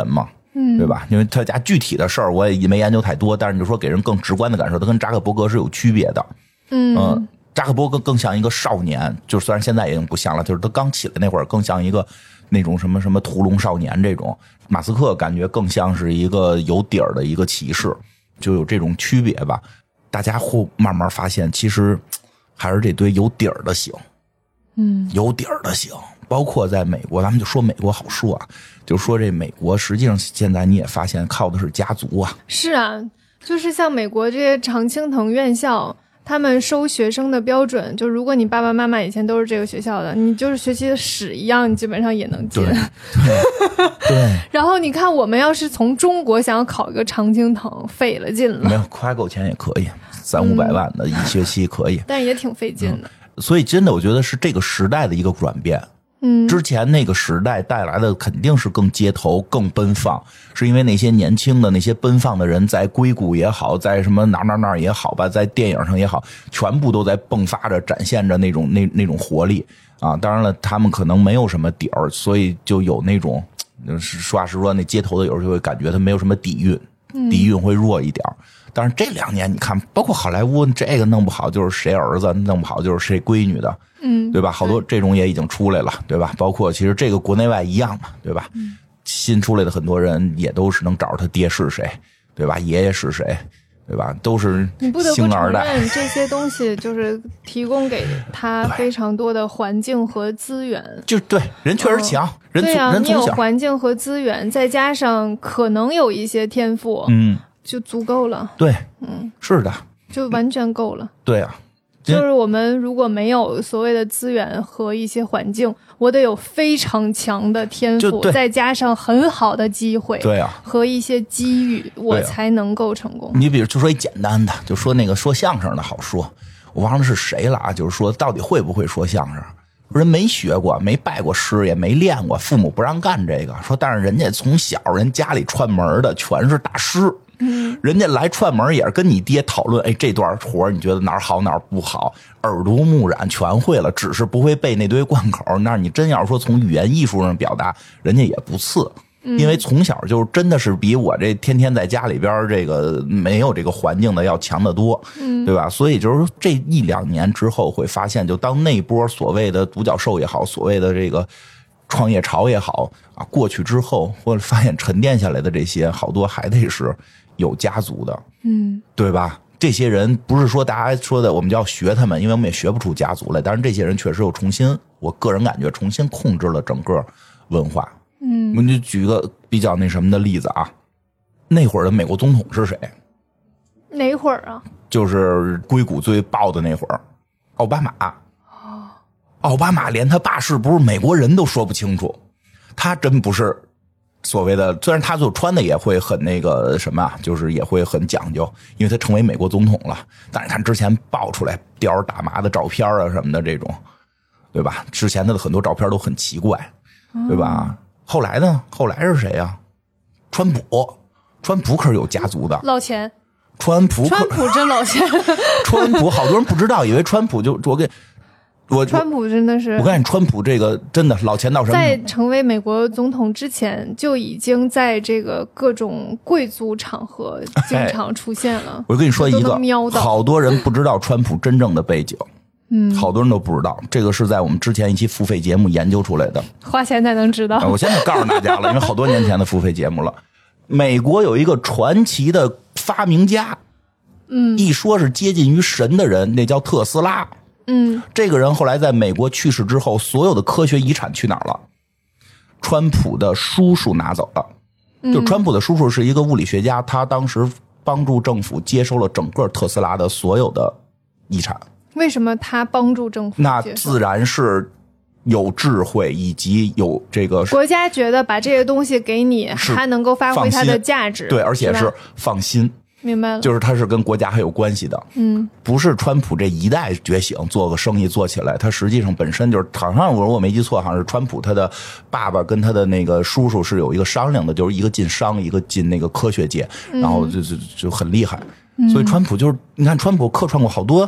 对吧？因为他家具体的事儿我也没研究太多，但是你就说给人更直观的感受，他跟扎克伯格是有区别的。扎克伯格更像一个少年，就虽然现在已经不像了，就是他刚起来那会儿更像一个那种什么什么屠龙少年这种。马斯克感觉更像是一个有底儿的一个骑士，就有这种区别吧。大家会慢慢发现，其实还是这堆有底儿的行。有底儿的行。包括在美国，咱们就说美国好说啊，就说这美国实际上现在你也发现靠的是家族啊。 是啊，就是像美国这些常青藤院校，他们收学生的标准，就如果你爸爸妈妈以前都是这个学校的，你就是学习的屎一样，你基本上也能进。 对。 然后你看，我们要是从中国想要考一个常青藤，费了劲了。 没有，花够钱也可以，300-500万的一学期可以， 但是也挺费劲的。 所以真的，我觉得是这个时代的一个转变。之前那个时代带来的肯定是更街头、更奔放，是因为那些年轻的那些奔放的人，在硅谷也好，在什么哪儿也好吧，在电影上也好，全部都在迸发着、展现着那种活力啊！当然了，他们可能没有什么底儿，所以就有那种，实话实说，那街头的有时候就会感觉他没有什么底蕴，底蕴会弱一点。但是这2年你看，包括好莱坞，这个弄不好就是谁儿子，弄不好就是谁闺女的。对吧？好多这种也已经出来了，对吧？包括其实这个国内外一样嘛，对吧？新出来的很多人也都是能找着他爹是谁，对吧？爷爷是谁，对吧？都是星二代。 你不得不承认，这些东西就是提供给他非常多的环境和资源。 就对，人确实强，人你有环境和资源，再加上可能有一些天赋，就足够了。 对，是的， 就完全够了。 对啊。 就是我们如果没有所谓的资源和一些环境，我得有非常强的天赋，再加上很好的机会， 对啊， 和一些机遇，我才能够成功。 你比如就说一简单的，就说那个说相声的好说，我忘了是谁了啊，就是说到底会不会说相声？人没学过，没拜过师，也没练过，父母不让干这个，说但是人家从小人家里串门的全是大师。人家来串门也是跟你爹讨论，哎，这段活你觉得哪儿好哪儿不好，耳濡目染全会了，只是不会背那堆贯口。那你真要说从语言艺术上表达，人家也不次，因为从小就真的是比我这天天在家里边这个没有这个环境的要强得多，对吧？所以就是这1-2年之后会发现，就当那波所谓的独角兽也好，所谓的这个创业潮也好啊，过去之后，或者发现沉淀下来的这些好多还得是有家族的，对吧？这些人不是说大家说的我们就要学他们，因为我们也学不出家族来。但是这些人确实有重新，我个人感觉重新控制了整个文化。我们就举个比较那什么的例子啊，那会儿的美国总统是谁？ 哪会儿啊？ 就是硅谷最爆的那会儿，奥巴马。奥巴马连他爸是不是美国人都说不清楚，他真不是。所谓的，虽然他就穿的也会很那个什么，就是也会很讲究，因为他成为美国总统了。但是他之前爆出来吊着大麻的照片啊什么的这种，对吧？之前他的很多照片都很奇怪，对吧？后来呢？后来是谁呀？川普，川普可是有家族的， 老钱。 川普真老钱。 川普好多人不知道，以为川普就川普真的是， 我告诉你，川普这个真的老钱到什么？ 在成为美国总统之前，就已经在这个各种贵族场合经常出现了。 我跟你说一个，好多人不知道川普真正的背景，好多人都不知道，这个是在我们之前一期付费节目研究出来的， 花钱才能知道。 我现在告诉大家了，因为好多年前的付费节目了。美国有一个传奇的发明家，一说是接近于神的人，那叫特斯拉。这个人后来在美国去世之后，所有的科学遗产去哪儿了？川普的叔叔拿走了。就川普的叔叔是一个物理学家，他当时帮助政府接收了整个特斯拉的所有的遗产。 为什么他帮助政府？ 那自然是有智慧，以及有这个国家觉得把这些东西给你，它能够发挥它的价值。 对，而且是放心。 明白了， 就是他是跟国家还有关系的，不是川普这一代觉醒做个生意做起来，他实际上本身就是好像我没记错，好像是川普他的爸爸跟他的那个叔叔是有一个商量的，就是一个进商，一个进那个科学界，然后就很厉害，所以川普就是你看川普客串过好多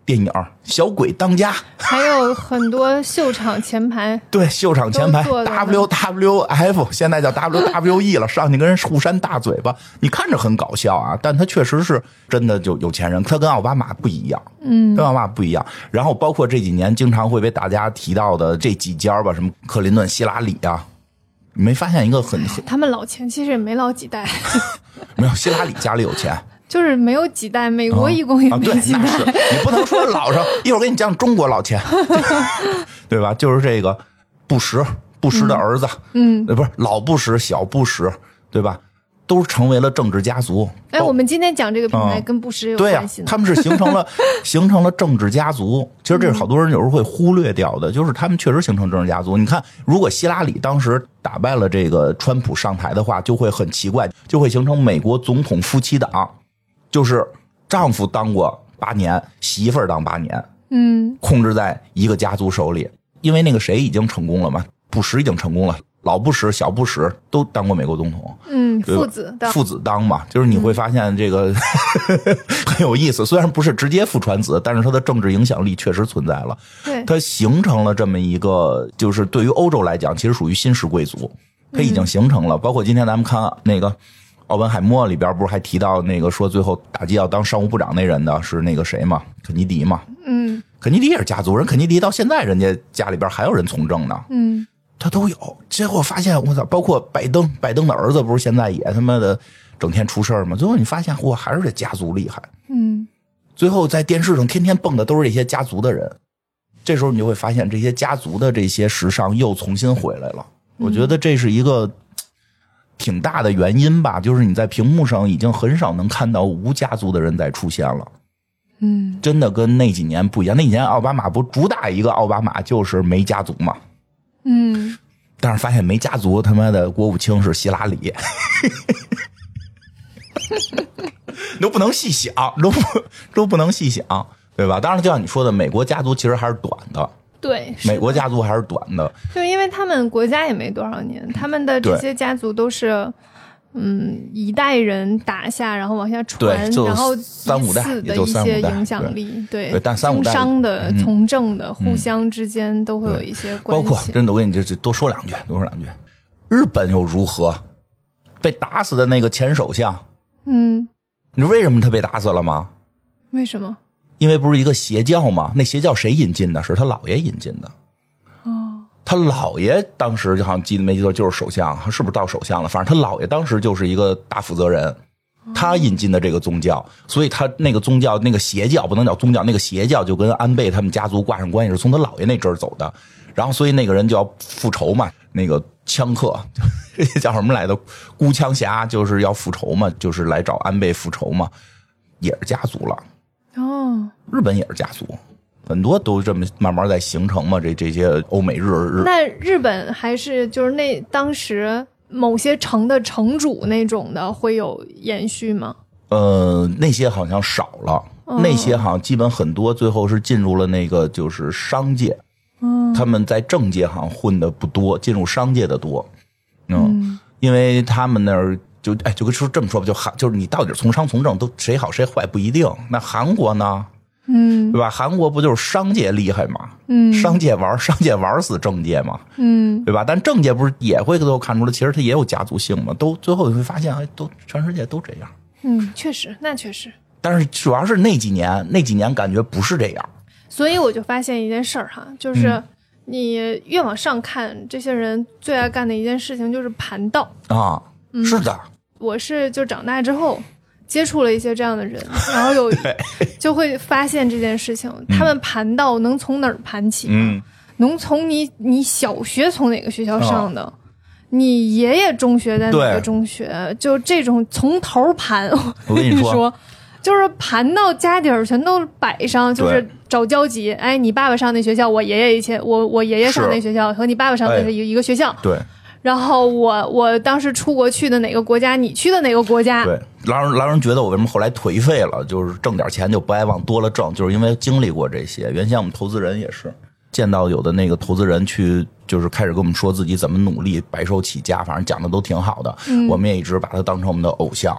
电影《小鬼当家》， 还有很多秀场前排， 对，秀场前排 WWF 现在叫 WWE 了，上去跟人互扇大嘴巴，你看着很搞笑啊，但他确实是真的就有钱人，他跟奥巴马不一样，跟奥巴马不一样。然后包括这几年经常会被大家提到的这几家吧，什么克林顿、希拉里啊，你没发现一个很他们老钱其实也没老几代， 没有，希拉里家里有钱。 就是没有几代，美国一共也没几代。 对，那是你不能说老上，一会儿给你讲中国老钱，对吧？就是这个布什的儿子，不是老布什、小布什，对吧？都成为了政治家族。 哎，我们今天讲这个品牌跟布什有关系呢。 对呀，他们是形成了政治家族。其实这是好多人有时候会忽略掉的，就是他们确实形成政治家族。你看，如果希拉里当时打败了这个川普上台的话，就会很奇怪，就会形成美国总统夫妻档。就是丈夫当过8年，媳妇儿当8年，控制在一个家族手里。因为那个谁已经成功了嘛，布什已经成功了，老布什、小布什都当过美国总统，父子当嘛，就是你会发现这个很有意思。虽然不是直接父传子，但是他的政治影响力确实存在了。 对， 他形成了这么一个，就是对于欧洲来讲，其实属于新式贵族，他已经形成了。包括今天咱们看那个。奥本海默里边不是还提到那个说最后打击要当商务部长那人的是那个谁嘛，肯尼迪嘛，肯尼迪也是家族人，肯尼迪到现在人家家里边还有人从政呢，他都有。结果发现我操，包括拜登的儿子不是现在也他妈的整天出事吗？最后你发现哇，还是这家族厉害，最后在电视上天天蹦的都是这些家族的人，这时候你就会发现这些家族的这些时尚又重新回来了。我觉得这是一个挺大的原因吧，就是你在屏幕上已经很少能看到无家族的人在出现了。真的跟那几年不一样。那几年奥巴马不主打一个奥巴马就是没家族嘛。但是发现没家族，他妈的国务卿是希拉里。都不能细想，都不能细想，对吧？当然就像你说的，美国家族其实还是短的。 对， 美国家族还是短的， 就是因为他们国家也没多少年，他们的这些家族都是，一代人打下，然后往下传，然后 3-5代的一些影响力，对， 但3-5代经商的、从政的，互相之间都会有一些关系。 包括真的，我跟你这多说两句，日本又如何？被打死的那个前首相，你知道为什么他被打死了吗？ 为什么？ 因为不是一个邪教吗？那邪教谁引进的？是他姥爷引进的。他姥爷当时就好像没记错就是首相，是不是到首相了？反正他姥爷当时就是一个大负责人，他引进的这个宗教，所以他那个宗教那个邪教不能叫宗教，那个邪教就跟安倍他们家族挂上关系，是从他姥爷那阵儿走的。然后所以那个人就要复仇嘛，那个枪客叫什么来的孤枪侠，就是要复仇嘛，就是来找安倍复仇嘛，也是家族了。日本也是家族，很多都这么慢慢在形成嘛。这些欧美日。 那日本还是就是那当时某些城的城主那种的会有延续吗？ 那些好像少了，那些好像基本很多最后是进入了那个就是商界。他们在政界好像混的不多，进入商界的多。因为他们那儿。就跟说这么说吧，就是你到底从商从政都谁好谁坏不一定。那韩国呢？对吧？韩国不就是商界厉害吗？商界玩死政界嘛？对吧？但政界不是也会都看出来，其实它也有家族性嘛。都最后你会发现，都全世界都这样。 确实，那确实。 但是主要是那几年感觉不是这样。 所以我就发现一件事儿哈，就是你越往上看，这些人最爱干的一件事情就是盘道啊。是的。 我是就长大之后接触了一些这样的人，然后就会发现这件事情，他们盘道能从哪儿盘起？能从你小学从哪个学校上的，你爷爷中学在哪个中学，就这种从头盘。我跟你说，就是盘到家底儿全都摆上，就是找交集。哎，你爸爸上那学校，我爷爷上那学校和你爸爸上的是一个学校。对。然后我当时出国去的哪个国家，你去的哪个国家？对， 老人觉得我为什么后来颓废了，就是挣点钱就不爱往多了挣，就是因为经历过这些。原先我们投资人也是见到有的那个投资人去，就是开始跟我们说自己怎么努力白手起家，反正讲的都挺好的。我们也一直把他当成我们的偶像。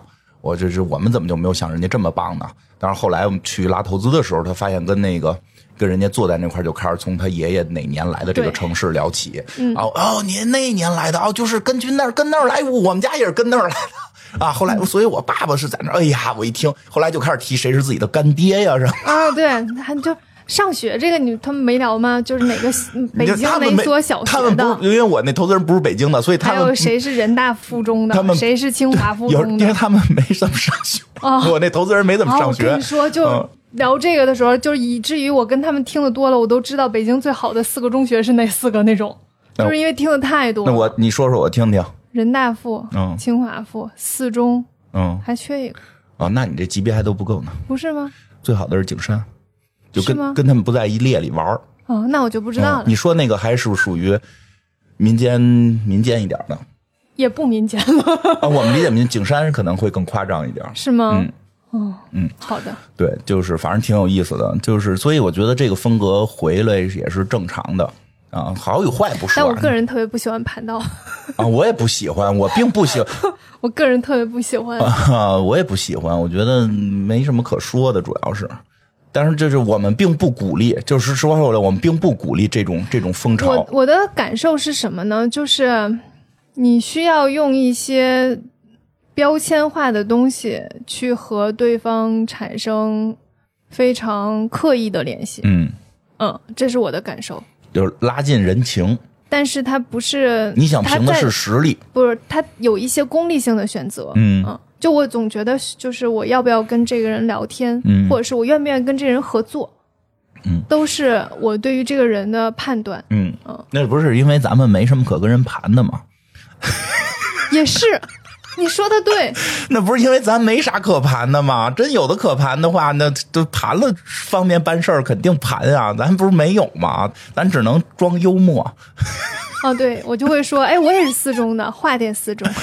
我们怎么就没有像人家这么棒呢？但是后来我们去拉投资的时候，他发现跟人家坐在那块就开始从他爷爷哪年来的这个城市聊起。您那年来的就是跟那儿来，我们家也是跟那儿来的啊。后来所以我爸爸是在那儿。哎呀，我一听，后来就开始提谁是自己的干爹呀，是吧？ 啊，对，他就。上学这个他们没聊吗？就是哪个北京哪所小学的？ 他们不是，因为我那投资人不是北京的，所以他们还有谁是人大附中的？谁是清华附中的？ 因为他们没怎么上学。我那投资人没怎么上学。 我跟你说，就聊这个的时候，就以至于我跟他们听的多了，我都知道北京最好的4个中学是哪4个那种，就是因为听的太多了。 那你说说我听听。 人大附，清华附，4中，还缺一个。 哦，那你这级别还都不够呢。 不是吗？ 最好的是景山。就跟他们不在一列里玩。 哦，那我就不知道了。 你说那个还是不是属于民间一点的？ 也不民间了。 我们理解景山可能会更夸张一点。 是吗？好的。对， 就是反正挺有意思的，就是所以我觉得这个风格回来也是正常的啊，好与坏不说。 但我个人特别不喜欢盘道。 我也不喜欢，我并不喜欢。 我个人特别不喜欢。 我也不喜欢，我觉得没什么可说的，主要是。但是这是我们并不鼓励，就是实话说来，我们并不鼓励这种风潮。 我的感受是什么呢？就是你需要用一些标签化的东西去和对方产生非常刻意的联系。这是我的感受， 就是拉近人情。 但是它不是你想凭的是实力， 不是它有一些功利性的选择。就我总觉得就是我要不要跟这个人聊天，或者是我愿不愿意跟这个人合作，都是我对于这个人的判断。 那不是因为咱们没什么可跟人盘的吗？ 也是，你说的对。 那不是因为咱没啥可盘的吗？真有的可盘的话，那都盘了，方便办事儿肯定盘啊。咱不是没有吗？咱只能装幽默。 对，我就会说，我也是4中的，华电4中。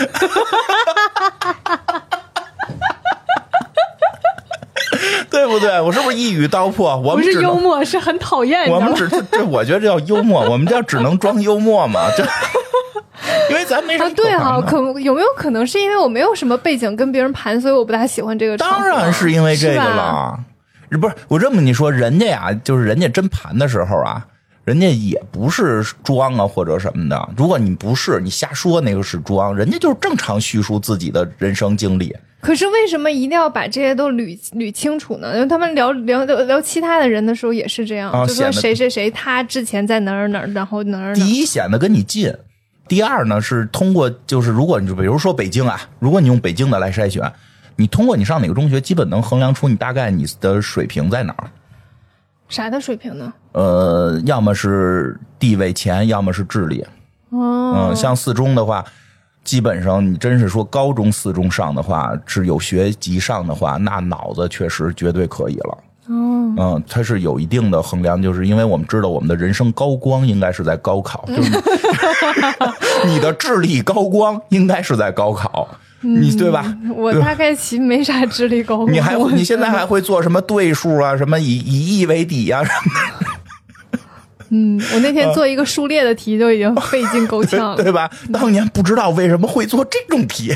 对不对？我是不是一语道破？我们不是幽默，是很讨厌。 我们我觉得这叫幽默，我们这只能装幽默嘛。因为咱没什么可盘的。 有没有可能是因为我没有什么背景跟别人盘，所以我不大喜欢这个场合？ 当然是因为这个了。不是我这么你说，人家呀，就是人家真盘的时候啊。人家也不是装啊或者什么的，如果你不是你瞎说，那个是装，人家就是正常叙述自己的人生经历。 可是为什么一定要把这些都捋清楚呢？因为他们聊其他的人的时候也是这样，就说谁谁谁他之前在哪儿，然后哪儿。 第一显得跟你近，第二呢是通过就是如果你比如说北京啊，如果你用北京的来筛选，你通过你上哪个中学，基本能衡量出你大概你的水平在哪儿。 啥的水平呢？ 要么是地位钱，要么是智力。像4中的话，基本上你真是说高中4中上的话，是有学籍上的话，那脑子确实绝对可以了。它是有一定的衡量，就是因为我们知道我们的人生高光应该是在高考，就是你的智力高光应该是在高考。你对吧？ 我大概其没啥智力高光。 你现在还会做什么对数啊？什么以亿为底啊？什么的？我那天做一个数列的题就已经费劲够呛了， 对吧？当年不知道为什么会做这种题，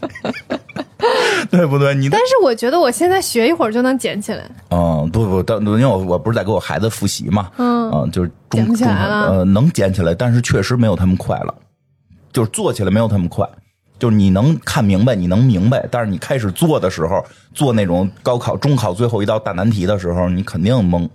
对不对？但是我觉得我现在学一会儿就能捡起来。 不，因为我不是在给我孩子复习嘛，就是捡不起来了。 能捡起来，但是确实没有他们快了，就是做起来没有他们快。就是你能看明白，你能明白，但是你开始做的时候，做那种高考、中考最后一道大难题的时候，你肯定懵。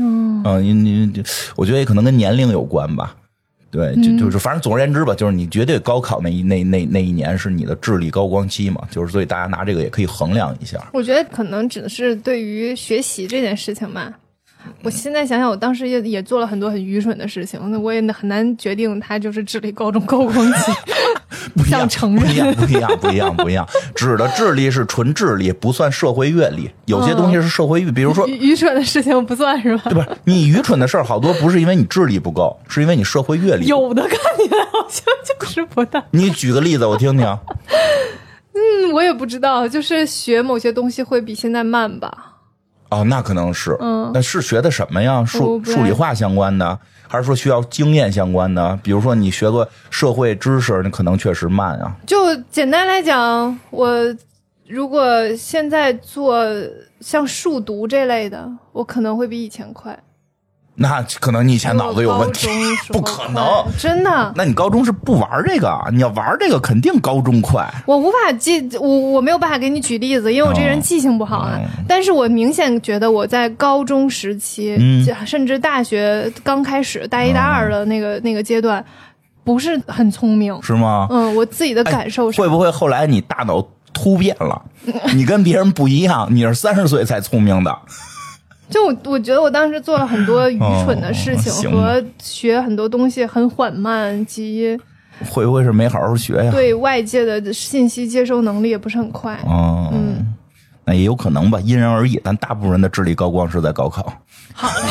我觉得也可能跟年龄有关吧。对，就是反正总而言之吧，就是你绝对高考那一年是你的智力高光期嘛，就是所以大家拿这个也可以衡量一下。 我觉得可能只是对于学习这件事情吧。我现在想想，我当时也做了很多很愚蠢的事情，那我也很难决定它就是智力高中高光期。 不一样，不一样。指的智力是纯智力，不算社会阅历。有些东西是社会阅，比如说愚蠢的事情不算是吧？ 对吧？你愚蠢的事儿好多不是因为你智力不够，是因为你社会阅历。 有的看起来好像就是不大。 你举个例子我听听。 我也不知道，就是学某些东西会比现在慢吧。 那可能是。那是学的什么呀？数理化相关的，还是说需要经验相关的？比如说你学个社会知识，你可能确实慢啊。 就简单来讲，我如果现在做像数独这类的，我可能会比以前快。 那可能你以前脑子有问题，不可能， 真的。 那你高中是不玩这个？你要玩这个，肯定高中快。 我无法我没有办法给你举例子，因为我这人记性不好啊。但是我明显觉得我在高中时期，甚至大学刚开始大一大二的那个阶段，不是很聪明， 是吗？ 我自己的感受是。 会不会后来你大脑突变了？你跟别人不一样，你是30岁才聪明的。 就我觉得我当时做了很多愚蠢的事情，和学很多东西很缓慢，及会不会是没好好学呀？ 对外界的信息接收能力也不是很快。 那也有可能吧，因人而异。但大部分人的智力高光是在高考。 好嘞。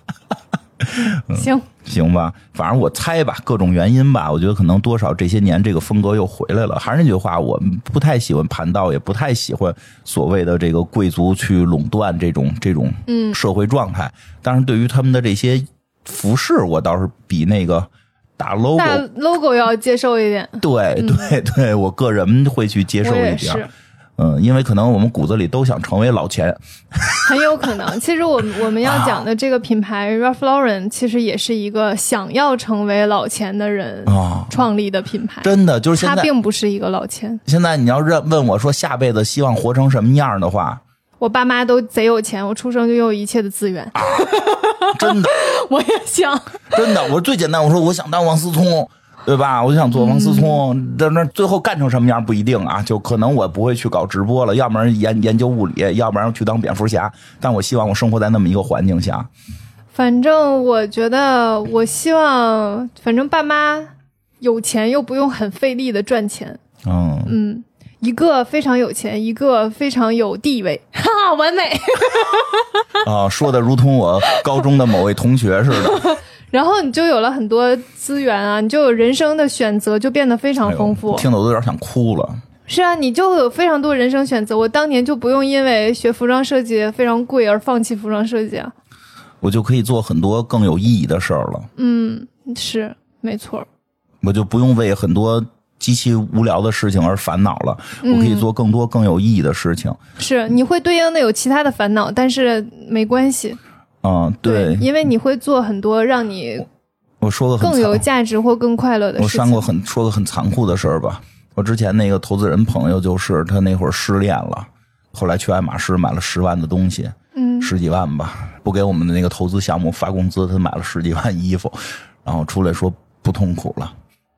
行吧，反正我猜吧，各种原因吧，我觉得可能多少这些年这个风格又回来了。还是那句话，我不太喜欢盘道，也不太喜欢所谓的这个贵族去垄断这种社会状态。但是对于他们的这些服饰，我倒是比那个大 logo 要接受一点。 对，我个人会去接受一点。因为可能我们骨子里都想成为老钱， 很有可能。其实我们要讲的这个品牌 Ralph Lauren 其实也是一个想要成为老钱的人创立的品牌。 真的就是现在他并不是一个老钱。 现在你要问我说下辈子希望活成什么样的话， 我爸妈都贼有钱，我出生就拥有一切的资源。 真的， 我也想。 真的，我最简单，我说我想当王思聪。对吧？我就想做王思聪，但那最后干成什么样不一定啊，就可能我不会去搞直播了，要不然研究物理，要不然去当蝙蝠侠。但我希望我生活在那么一个环境下。 反正我觉得，我希望，反正爸妈有钱又不用很费力的赚钱。一个非常有钱，一个非常有地位，哈哈，完美。 说的如同我高中的某位同学似的。 然后你就有了很多资源啊，你就有人生的选择，就变得非常丰富。 听得我都有点想哭了。 是啊，你就有非常多人生选择。我当年就不用因为学服装设计非常贵而放弃服装设计啊。 我就可以做很多更有意义的事儿了。 是没错。 我就不用为很多极其无聊的事情而烦恼了，我可以做更多更有意义的事情。 是，你会对应的有其他的烦恼，但是没关系。 对， 因为你会做很多让你我说个更有价值或更快乐的事情。 说个很残酷的事儿吧。我之前那个投资人朋友，就是他那会儿失恋了，后来去爱马仕买了10万的东西，10几万吧，不给我们的那个投资项目发工资，他买了10几万衣服，然后出来说不痛苦了。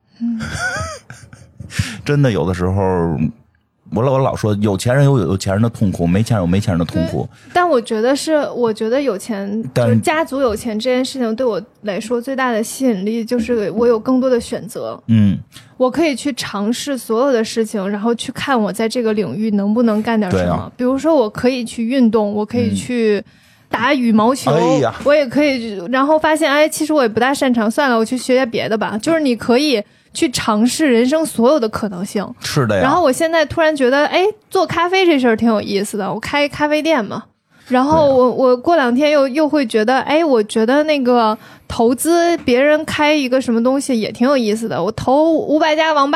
真的有的时候。我老说有钱人有有钱人的痛苦，没钱人有没钱人的痛苦。 但我觉得有钱，就是家族有钱这件事情对我来说最大的吸引力就是我有更多的选择。我可以去尝试所有的事情，然后去看我在这个领域能不能干点什么。比如说我可以去运动，我可以去打羽毛球，我也可以，然后发现其实我也不大擅长，算了，我去学些别的吧。就是你可以去尝试人生所有的可能性。 是的呀。 然后我现在突然觉得，做咖啡这事儿挺有意思的，我开咖啡店嘛。然后我过2天又会觉得，我觉得那个投资别人开一个什么东西也挺有意思的，我投500家网吧。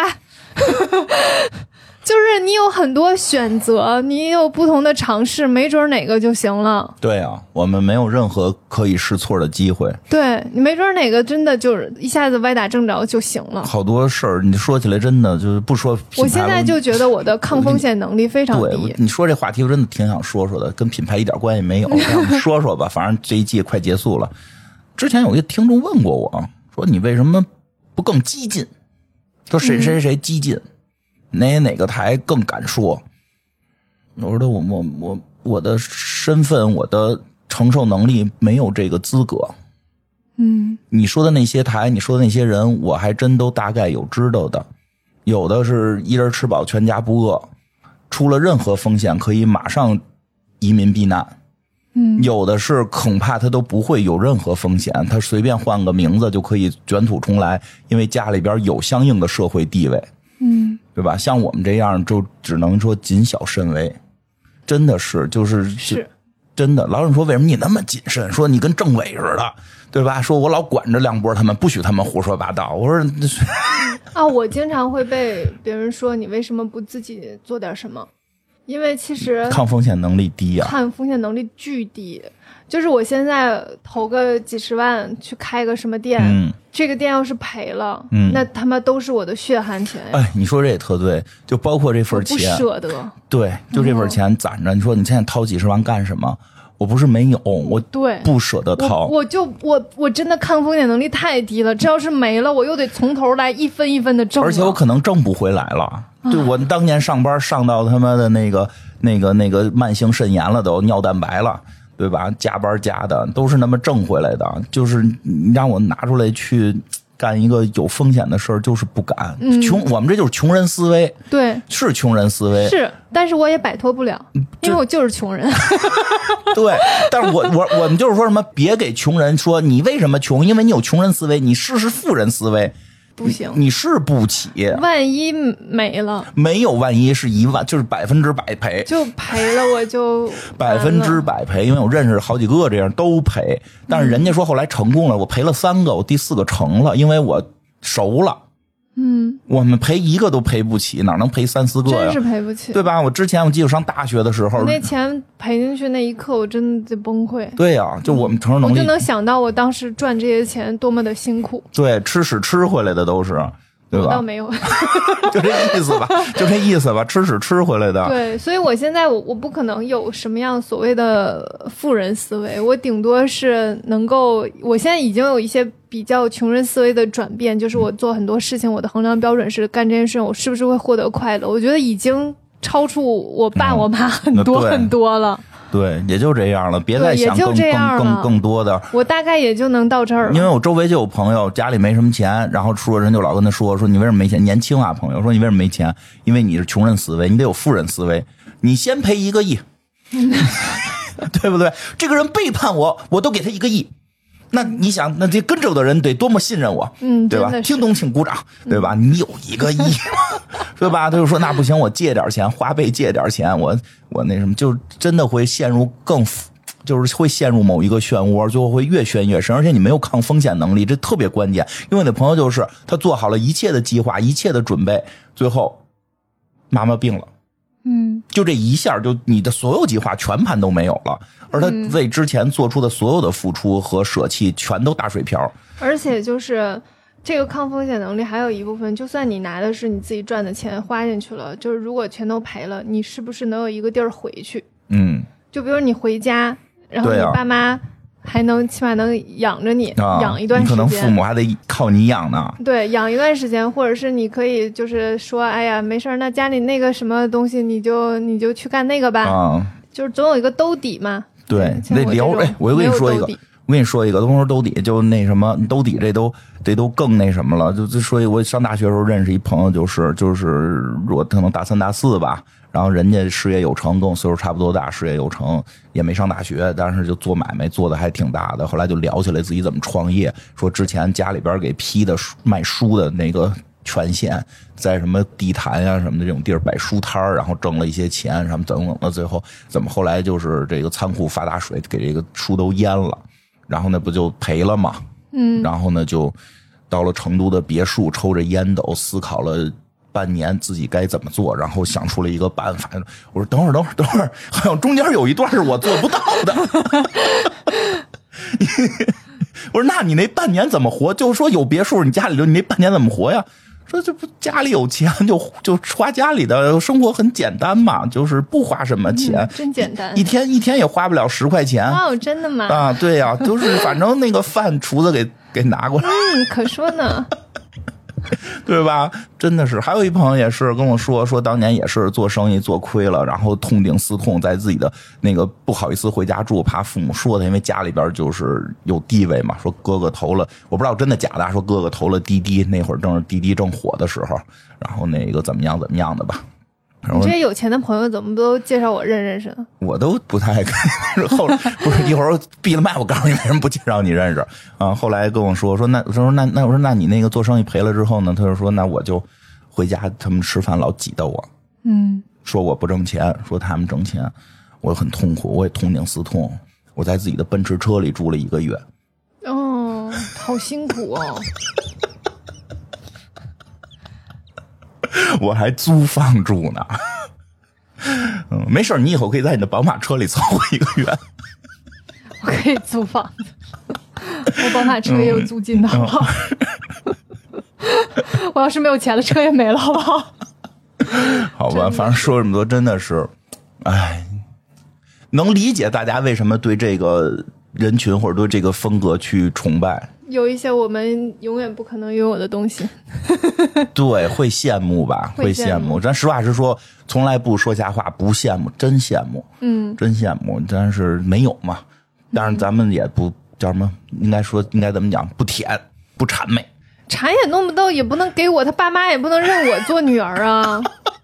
就是你有很多选择，你有不同的尝试，没准哪个就行了。 对啊，我们没有任何可以试错的机会。 对，你没准哪个真的就是一下子歪打正着就行了。 好多事儿你说起来真的就是不说品牌， 我现在就觉得我的抗风险能力非常低。 对，你说这话题我真的挺想说的，跟品牌一点关系没有。让我们说说吧，反正这一季快结束了。之前有一个听众问过我，说你为什么不更激进？说谁谁谁激进？哪个台更敢说？我说的我的身份，我的承受能力没有这个资格。你说的那些台，你说的那些人，我还真都大概有知道的。有的是一人吃饱全家不饿，出了任何风险可以马上移民避难。有的是恐怕他都不会有任何风险，他随便换个名字就可以卷土重来，因为家里边有相应的社会地位。对吧？像我们这样就只能说谨小慎微，真的是就是真的。老有人说为什么你那么谨慎？说你跟政委似的，对吧？说我老管着梁波他们，不许他们胡说八道。我说我经常会被别人说你为什么不自己做点什么？ 因为其实抗风险能力低啊， 抗风险能力巨低。就是我现在投个几十万去开个什么店，这个店要是赔了，那他妈都是我的血汗钱。 哎，你说这也特对，就包括这份钱， 不舍得。 对，就这份钱攒着，你说你现在掏几十万干什么？我不是没有，我不舍得掏。 我真的抗风险能力太低了，这要是没了，我又得从头来一分一分的挣， 而且我可能挣不回来了。对，我当年上班上到他妈的那个慢性肾炎了，都尿蛋白了。对吧？加班加的都是那么挣回来的，就是你让我拿出来去干一个有风险的事儿，就是不敢。我们这就是穷人思维。 对， 是穷人思维。 是，但是我也摆脱不了，因为我就是穷人。 对，但是我们就是说什么，别给穷人说你为什么穷，因为你有穷人思维，你试试富人思维。 不行， 你是不起， 万一没了， 没有万一是1万，就是100%赔， 就赔了我就 100%赔，因为我认识好几个这样都赔，但是人家说后来成功了，我赔了3个，我第4个成了，因为我熟了。我们赔1个都赔不起，哪能赔3、4个呀？ 真是赔不起， 对吧？我之前我记得上大学的时候， 那钱赔进去那一刻，我真的崩溃。 对呀，就我们承受能力， 我就能想到我当时赚这些钱多么的辛苦。 对，吃屎吃回来的都是，对吧？ 我倒没有， 就这意思吧，就这意思吧，吃屎吃回来的。 对，所以我现在我不可能有什么样所谓的富人思维，我顶多是能够，我现在已经有一些比较穷人思维的转变，就是我做很多事情，我的衡量标准是干这件事情我是不是会获得快乐，我觉得已经超出我爸我妈很多很多了。 对，也就这样了，别再想更多的。 我大概也就能到这儿了。 因为我周围就有朋友家里没什么钱，然后说人就老跟他说你为什么没钱？年轻啊，朋友说你为什么没钱？因为你是穷人思维，你得有富人思维。你先赔1个亿，对不对？这个人背叛我，我都给他1个亿。那你想，那这跟着我的人得多么信任我，对吧？听懂请鼓掌，对吧？你有1个亿，对吧？他就说那不行，我借点钱，花呗借点钱，我那什么，就真的会陷入就是会陷入某一个漩涡，最后会越陷越深，而且你没有抗风险能力，这特别关键。因为我的朋友就是他做好了一切的计划，一切的准备，最后妈妈病了。就这一下，就你的所有计划全盘都没有了，而他为之前做出的所有的付出和舍弃全都打水漂。而且就是这个抗风险能力还有一部分，就算你拿的是你自己赚的钱花进去了，就是如果全都赔了，你是不是能有一个地儿回去？就比如你回家，然后你爸妈还能起码能养着你，养一段时间， 你可能父母还得靠你养呢。 对，养一段时间，或者是你可以就是说，哎呀，没事，那家里那个什么东西，你就去干那个吧，就是总有一个兜底嘛。 对，得聊。我就跟你说一个，都说兜底，就那什么兜底，这都更那什么了。就说我上大学的时候认识一朋友，就是我可能大3大4吧。然后人家事业有成，跟我岁数差不多大，事业有成，也没上大学，但是就做买卖做的还挺大的。后来就聊起来自己怎么创业，说之前家里边给批的卖书的那个权限，在什么地坛啊什么的这种地儿摆书摊，然后挣了一些钱，什么等等的，最后怎么后来就是这个仓库发大水，给这个书都淹了，然后呢不就赔了嘛？然后呢就到了成都的别墅，抽着烟斗思考了半年自己该怎么做，然后想出了一个办法。我说等会儿，好像中间有一段是我做不到的。我说那你那半年怎么活？就是说有别墅，你家里头你那半年怎么活呀？说这不家里有钱就花家里的，生活很简单嘛，就是不花什么钱， 真简单， 一天也花不了10块钱。 哦，真的吗？ 啊，对呀，就是反正那个饭厨子给拿过来。 可说呢。 对吧？真的是，还有一朋友也是跟我说当年也是做生意做亏了，然后痛定思痛，在自己的那个不好意思回家住，怕父母说他，因为家里边就是有地位嘛。说哥哥投了，我不知道真的假的，说哥哥投了滴滴，那会儿正是滴滴正火的时候，然后那个怎么样的吧。 你这些有钱的朋友怎么都介绍我认识呢？ 我都不太看。后来不是一会儿闭了麦，我告诉你为什么不介绍你认识啊？后来跟我说那我说那你那个做生意赔了之后呢？他就说那我就回家，他们吃饭老挤到我，说我不挣钱，说他们挣钱，我很痛苦，我也痛定思痛，我在自己的奔驰车里住了1个月。 哦，好辛苦哦。 我还租房住呢。 没事，你以后可以在你的宝马车里凑合1个月。 我可以租房子，我宝马车也有租金的，好不好？我要是没有钱了，车也没了，好不好？ 好吧，反正说这么多，真的是，哎，能理解大家为什么对这个人群或者对这个风格去崇拜。 有一些我们永远不可能拥有的东西。 对，会羡慕吧，会羡慕。咱实话实说，从来不说瞎话，不羡慕，真羡慕，真羡慕。但是没有嘛，但是咱们也不叫什么，应该怎么讲？不舔，不谄媚。 谄也弄不到，也不能给我，他爸妈也不能认我做女儿啊。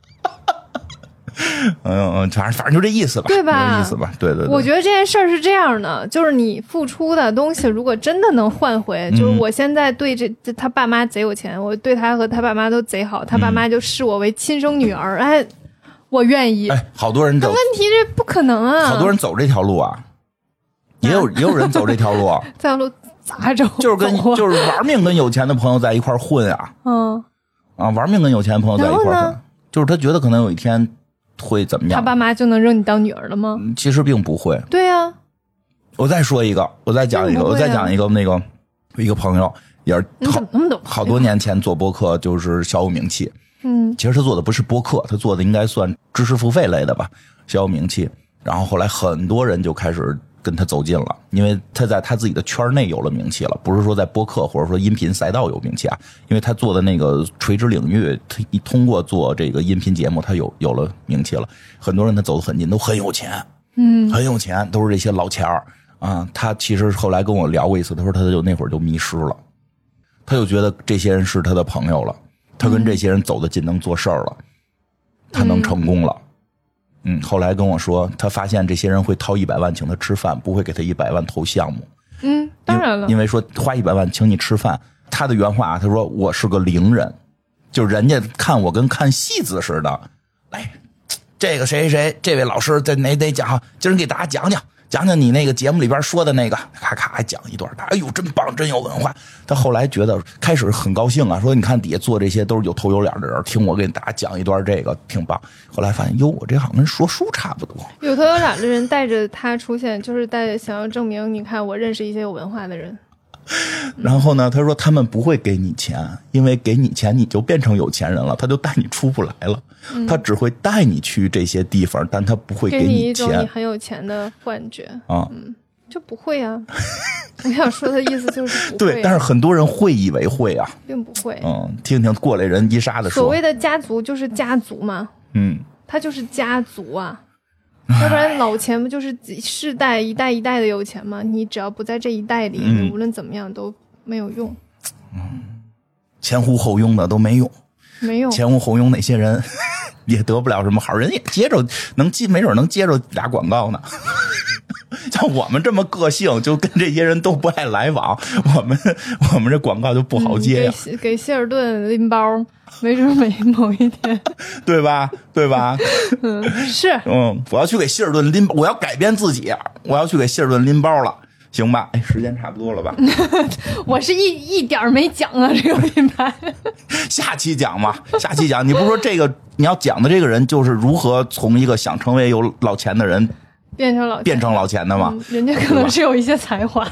反正就这意思吧， 对吧？ 这意思吧，对。 我觉得这件事儿是这样的，就是你付出的东西，如果真的能换回，就是我现在对这他爸妈贼有钱，我对他和他爸妈都贼好，他爸妈就视我为亲生女儿，哎，我愿意。 哎，好多人走， 问题这不可能啊！ 好多人走这条路啊，也有人走这条路， 这条路咋走？ 就是玩命跟有钱的朋友在一块混啊，玩命跟有钱的朋友在一块混，就是他觉得可能有一天。会怎么样？ 他爸妈就能认你当女儿了吗？ 其实并不会。 对啊， 我再说一个，我再讲一个，那个一个朋友也是好多年前做播客，就是小有名气。其实他做的不是播客，他做的应该算知识付费类的吧，小有名气。然后后来很多人就开始跟他走近了，因为他在他自己的圈内有了名气了，不是说在播客或者说音频赛道有名气啊，因为他做的那个垂直领域，他通过做这个音频节目，他有了名气了，很多人他走得很近，都很有钱，很有钱，都是这些老钱儿啊。他其实后来跟我聊过一次，他说他就那会儿就迷失了，他就觉得这些人是他的朋友了，他跟这些人走得近，能做事儿了，他能成功了。后来跟我说，他发现这些人会掏100万请他吃饭，不会给他100万投项目。 当然了， 因为说花100万请你吃饭，他的原话，他说我是个伶人，就人家看我跟看戏子似的。来，这个谁谁这位老师在哪讲，今儿给大家讲讲你那个节目里边说的那个，咔咔还讲一段，哎呦真棒，真有文化。他后来觉得开始很高兴啊，说你看底下做这些都是有头有脸的人，听我给大家讲一段这个挺棒。后来发现，哟，我这好像跟说书差不多。 有头有脸的人带着他出现，就是带着想要证明，你看我认识一些有文化的人。 然后呢，他说他们不会给你钱，因为给你钱你就变成有钱人了，他就带你出不来了。他只会带你去这些地方，但他不会给你钱， 一种你很有钱的幻觉啊。就不会啊。我想说的意思就是不会。 对，但是很多人会以为会啊， 并不会。 听听过来人伊莎的说， 所谓的家族就是家族嘛。他就是家族啊。要不然老钱不就是世代一代一代的有钱吗？你只要不在这一代里，你无论怎么样都没有用。 前呼后拥的都没用， 没用。 前呼后拥那些人也得不了什么好，人也接着没准能接着俩广告呢。像我们这么个性，就跟这些人都不爱来往，我们这广告就不好接呀。 给希尔顿拎包，没准某一天， 对吧？ 是。 我要去给希尔顿拎，我要改变自己，我要去给希尔顿拎包了，行吧？哎，时间差不多了吧？ 我是一点没讲啊，这个品牌。 下期讲嘛，下期讲。你不是说这个你要讲的这个人就是如何从一个想成为有老钱的人变成老钱的吗？ 人家可能是有一些才华。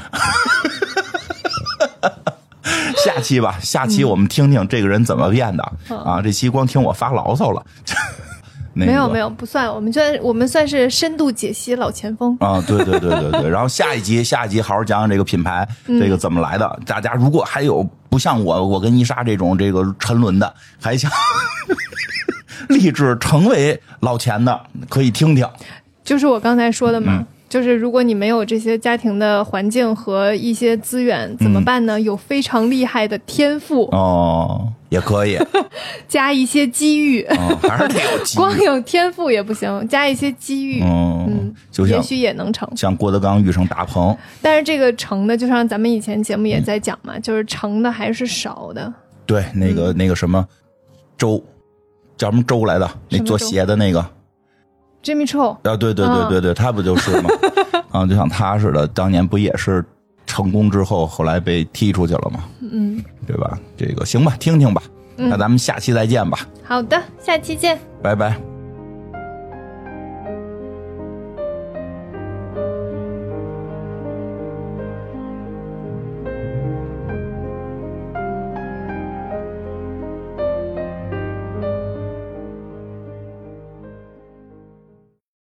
下期吧，下期我们听听这个人怎么变的啊！这期光听我发牢骚了。 没有不算，我们算是深度解析老前锋啊！对。然后下一集好好讲讲这个品牌，这个怎么来的。大家如果还有不像我跟伊莎这种这个沉沦的，还想立志成为老钱的，可以听听。 就是我刚才说的嘛。就是如果你没有这些家庭的环境和一些资源怎么办呢？有非常厉害的天赋也可以加一些机遇还是得有机遇， 光有天赋也不行，加一些机遇就像也许也能成， 像郭德纲遇上大鹏。 但是这个成的就像咱们以前节目也在讲嘛，就是成的还是少的。 对，那个什么周叫什么周来的，那做鞋的那个 Jimmy Chou 啊，对，他不就是吗？就像他似的，当年不也是成功之后，后来被踢出去了吗？对吧？这个行吧，听听吧。那咱们下期再见吧。 好的，下期见， 拜拜。